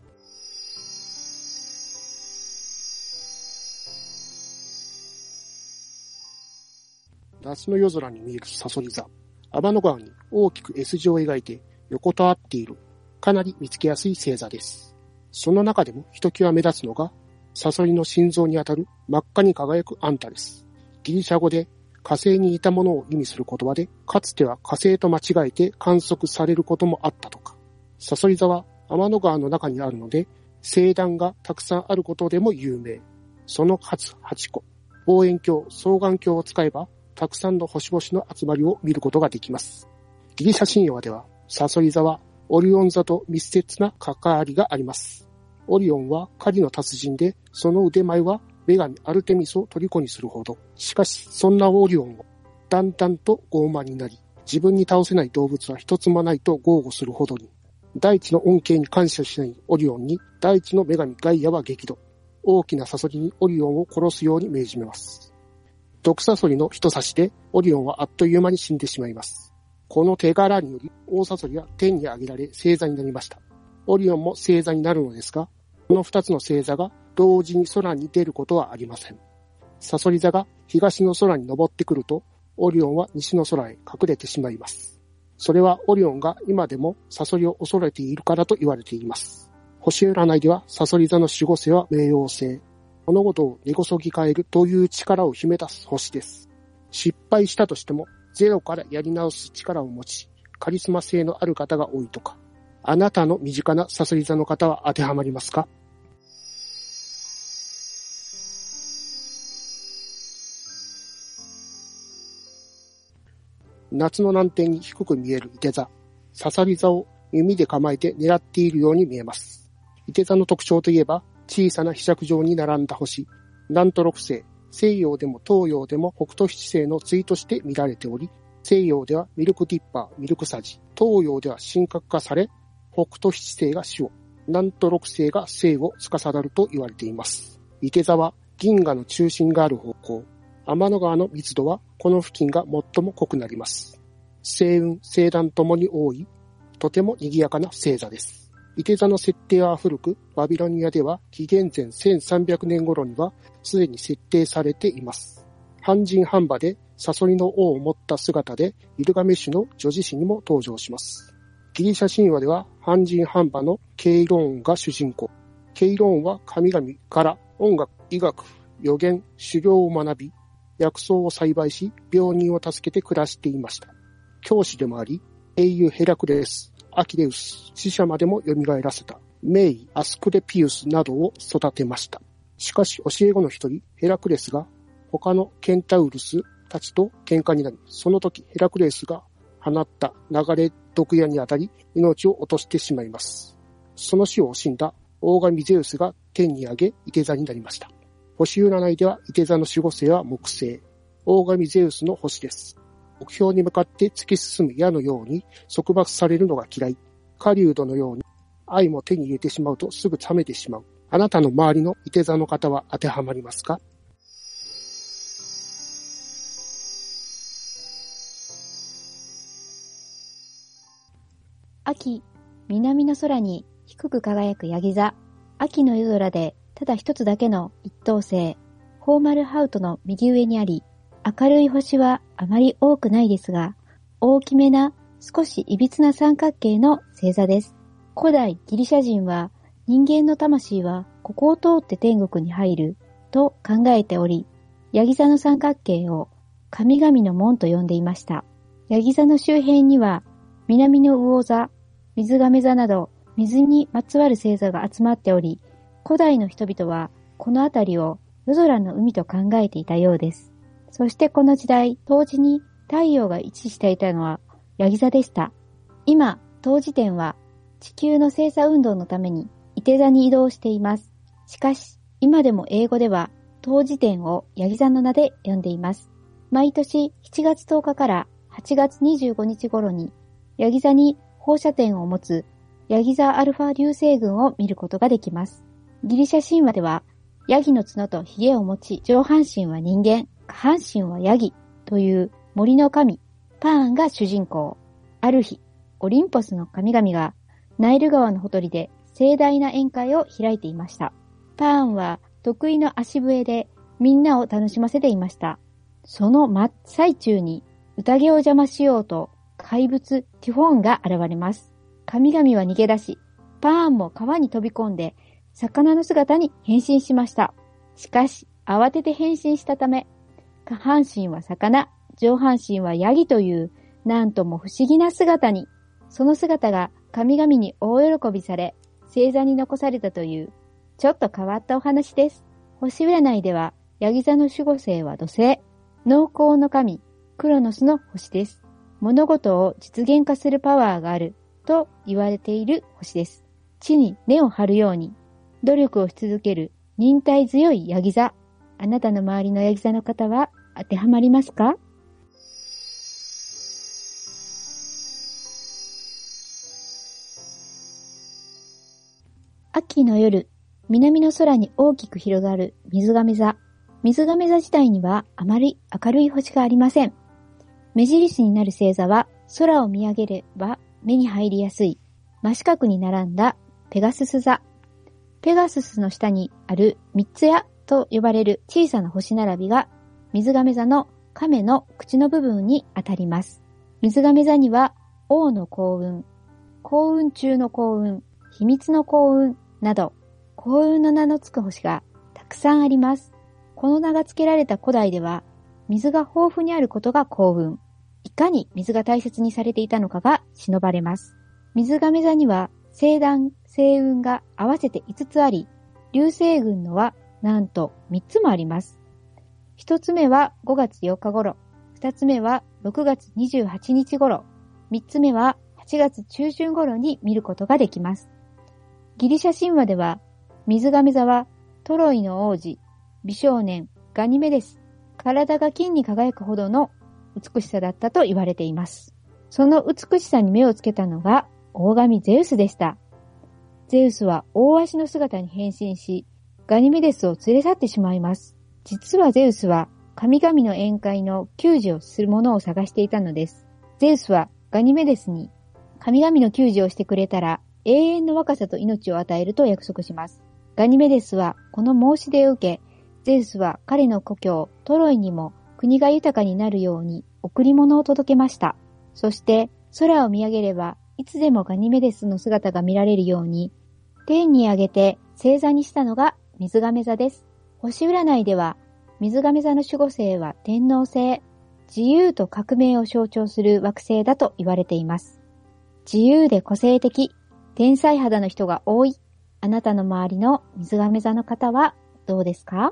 夏の夜空に見えるサソリ座。天の川に大きく S 字を描いて横たわっている、かなり見つけやすい星座です。その中でもひときわ目立つのが、サソリの心臓にあたる真っ赤に輝くアンタレス。ギリシャ語で火星にいたものを意味する言葉で、かつては火星と間違えて観測されることもあったとか。サソリ座は天の川の中にあるので、星団がたくさんあることでも有名。その数はちこ。望遠鏡、双眼鏡を使えば、たくさんの星々の集まりを見ることができます。ギリシャ神話では、サソリ座はオリオン座と密接な関わりがあります。オリオンは狩りの達人で、その腕前は女神アルテミスを虜にするほど。しかし、そんなオリオンをだんだんと傲慢になり、自分に倒せない動物は一つもないと豪語するほどに。大地の恩恵に感謝しないオリオンに、大地の女神ガイアは激怒。大きなサソリにオリオンを殺すように命じめます。毒サソリの一刺しで、オリオンはあっという間に死んでしまいます。この手柄により、大サソリは天に上げられ星座になりました。オリオンも星座になるのですが、この二つの星座が同時に空に出ることはありません。サソリ座が東の空に昇ってくると、オリオンは西の空へ隠れてしまいます。それはオリオンが今でもサソリを恐れているからと言われています。星占いではサソリ座の守護星は冥王星。物事を根こそぎ変えるという力を秘め出す星です。失敗したとしてもゼロからやり直す力を持ち、カリスマ性のある方が多いとか。あなたの身近なサソリ座の方は当てはまりますか？夏の南天に低く見えるいて座。サソリ座を弓で構えて狙っているように見えます。いて座の特徴といえば、小さな被釈状に並んだ星。南斗六星、西洋でも東洋でも北斗七星の対として見られており、西洋ではミルクディッパー、ミルクサジ。東洋では神格化され、北斗七星が死を、南斗六星が生を司ると言われています。いて座は銀河の中心がある方向。 天の川の密度はこの付近が最も濃くなります。星雲、星団ともに多い、とても賑やかな星座です。いて座の設定は古く、バビロニアでは紀元前せんさんびゃくねん頃にはすでに設定されています。半人半馬でサソリの尾を持った姿でイルガメシュの女子誌にも登場します。ギリシャ神話では半人半馬のケイローンが主人公。ケイローンは神々から音楽、医学、予言、狩猟を学び、薬草を栽培し、病人を助けて暮らしていました。教師でもあり、英雄ヘラクレス、アキレウス、死者までも蘇らせた、メイ、アスクレピウスなどを育てました。しかし教え子の一人、ヘラクレスが他のケンタウルスたちと喧嘩になり、その時ヘラクレスが放った流れ毒矢に当たり、命を落としてしまいます。その死を惜しんだ大神ゼウスが天に上げ、いて座になりました。星占いでは、いて座の守護星は木星。大神ゼウスの星です。目標に向かって突き進む矢のように束縛されるのが嫌い。狩人のように愛も手に入れてしまうとすぐ冷めてしまう。あなたの周りのいて座の方は当てはまりますか？ 秋、南の空に低く輝くヤギ座。秋の夜空でただ一つだけの一等星、フォーマルハウトの右上にあり、明るい星はあまり多くないですが、大きめな少し歪な三角形の星座です。古代ギリシャ人は人間の魂はここを通って天国に入ると考えており、ヤギ座の三角形を神々の門と呼んでいました。ヤギ座の周辺には南の魚座、水亀座など水にまつわる星座が集まっており、古代の人々はこの辺りを夜空の海と考えていたようです。そしてこの時代、冬至に太陽が位置していたのはヤギ座でした。今、冬至点は地球の星座運動のためにいて座に移動しています。しかし、今でも英語では冬至点をヤギ座の名で呼んでいます。毎年しちがつとおかからはちがつにじゅうごにち頃にヤギ座に放射点を持つヤギ座アルファ流星群を見ることができます。ギリシャ神話ではヤギの角とヒゲを持ち、上半身は人間、下半身はヤギという森の神、パーンが主人公。ある日、オリンポスの神々がナイル川のほとりで盛大な宴会を開いていました。パーンは得意の足笛でみんなを楽しませていました。その真っ最中に宴を邪魔しようと怪物ティフォンが現れます。神々は逃げ出し、パーンも川に飛び込んで魚の姿に変身しました。しかし、慌てて変身したため、下半身は魚、上半身はヤギという、なんとも不思議な姿に、その姿が神々に大喜びされ、星座に残されたという、ちょっと変わったお話です。星占いでは、ヤギ座の守護星は土星、農耕の神、クロノスの星です。物事を実現化するパワーがあると言われている星です。地に根を張るように、努力をし続ける忍耐強いヤギ座。あなたの周りのヤギ座の方は当てはまりますか？秋の夜、南の空に大きく広がる水亀座。水亀座自体にはあまり明るい星がありません。目印になる星座は空を見上げれば目に入りやすい真四角に並んだペガスス座。ペガススの下にある三つ矢と呼ばれる小さな星並びが水亀座の亀の口の部分に当たります。水亀座には王の幸運、幸運中の幸運、秘密の幸運など幸運の名のつく星がたくさんあります。この名が付けられた古代では水が豊富にあることが幸運。いかに水が大切にされていたのかが忍ばれます。水亀座には星団、星雲が合わせていつつあり、流星群のはなんとみっつもあります。一つ目はごがつよっか頃、二つ目はろくがつにじゅうはちにち頃、三つ目ははちがつちゅうしゅん頃に見ることができます。ギリシャ神話では、水亀座はトロイの王子、美少年ガニメデス、体が金に輝くほどの美しさだったと言われています。その美しさに目をつけたのが大神ゼウスでした。ゼウスは大足の姿に変身し、ガニメデスを連れ去ってしまいます。実はゼウスは神々の宴会の給仕をする者を探していたのです。ゼウスはガニメデスに、神々の給仕をしてくれたら永遠の若さと命を与えると約束します。ガニメデスはこの申し出を受け、ゼウスは彼の故郷トロイにも国が豊かになるように贈り物を届けました。そして空を見上げればいつでもガニメデスの姿が見られるように、天に上げて星座にしたのが水亀座です。星占いでは、水亀座の守護星は天王星、自由と革命を象徴する惑星だと言われています。自由で個性的、天才肌の人が多い、あなたの周りの水亀座の方はどうですか？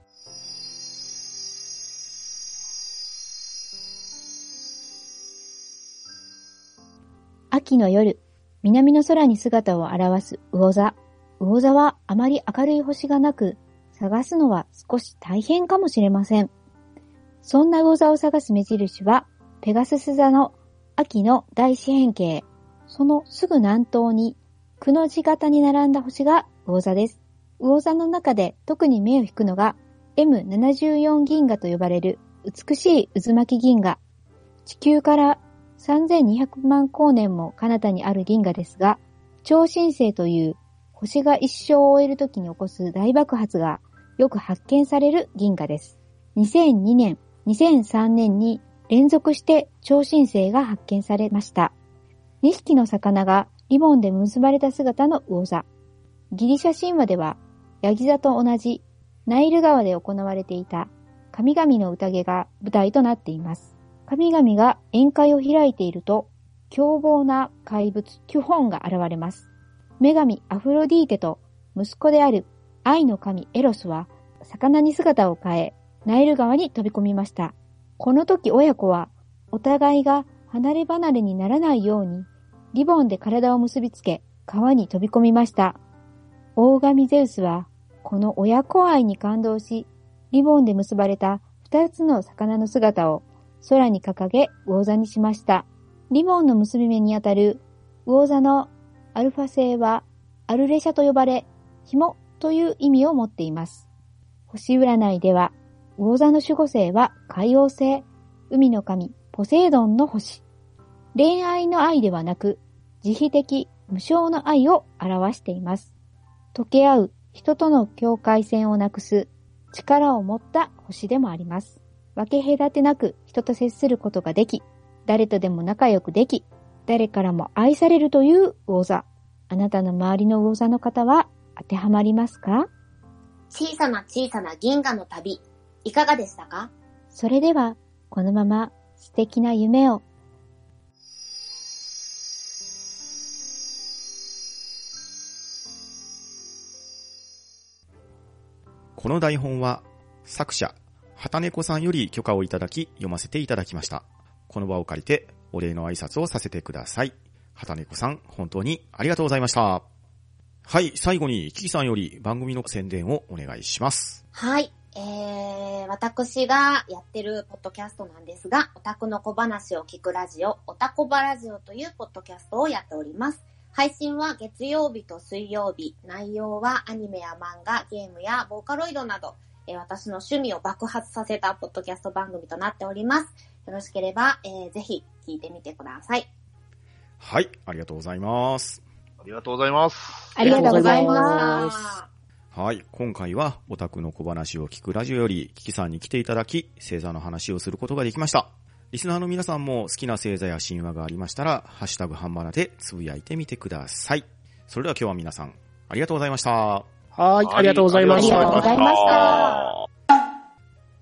秋の夜、南の空に姿を現す魚座。魚座はあまり明るい星がなく、探すのは少し大変かもしれません。そんな魚座を探す目印は、ペガスス座の秋の大四辺形。そのすぐ南東に、くの字型に並んだ星が魚座です。魚座の中で特に目を引くのが エムななじゅうよん 銀河と呼ばれる美しい渦巻き銀河。地球からさんぜんにひゃくまん光年も彼方にある銀河ですが、超新星という星が一生を終える時に起こす大爆発がよく発見される銀河です。にせんにねん、にせんさんねんに連続して超新星が発見されました。にひきの魚がリボンで結ばれた姿の魚座。ギリシャ神話では、ヤギ座と同じナイル川で行われていた神々の宴が舞台となっています。神々が宴会を開いていると、凶暴な怪物キュホンが現れます。女神アフロディーテと息子である愛の神エロスは、魚に姿を変え、ナイル川に飛び込みました。この時親子は、お互いが離れ離れにならないように、リボンで体を結びつけ、川に飛び込みました。大神ゼウスは、この親子愛に感動し、リボンで結ばれた二つの魚の姿を空に掲げ魚座にしました。リボンの結び目にあたる魚座のアルファ星は、アルレシャと呼ばれ、紐という意味を持っています。星占いでは、魚座の守護星は海王星、海の神ポセイドンの星。恋愛の愛ではなく、慈悲的、無償の愛を表しています。溶け合う人との境界線をなくす力を持った星でもあります。分け隔てなく人と接することができ、誰とでも仲良くでき、誰からも愛されるという魚座。あなたの周りの魚座の方は当てはまりますか？ 小さな小さな銀河の旅、いかがでしたか？ それでは、このまま素敵な夢を。 この台本は作者、畑猫さんより許可をいただき読ませていただきました。この場を借りてお礼の挨拶をさせてください。畑猫さん、本当にありがとうございました。はい、最後にキキさんより番組の宣伝をお願いします。 はい、えー、私がやってるポッドキャストなんですが、オタクの小話を聞くラジオ、オタコバラジオというポッドキャストをやっております。配信は月曜日と水曜日。内容はアニメや漫画、ゲームやボーカロイドなど、えー、私の趣味を爆発させたポッドキャスト番組となっております。よろしければ、えー、ぜひ聞いてみてください。 はい、ありがとうございます。 ありがとうございます。 ありがとうございます。 はい、今回はオタクの小話を聞くラジオよりキキさんに来ていただき、星座の話をすることができました。リスナーの皆さんも好きな星座や神話がありましたら、ハッシュタグハンバナでつぶやいてみてください。それでは今日は皆さん、ありがとうございました。 はい、ありがとうございました。 ありがとうございました。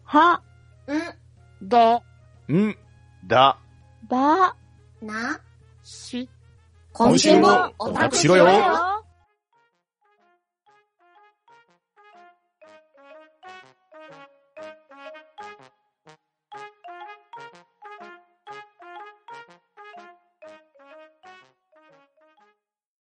は、 ん、 だ、 ん、 だ、 ば、 な、 し、 今週もオタクしろよ。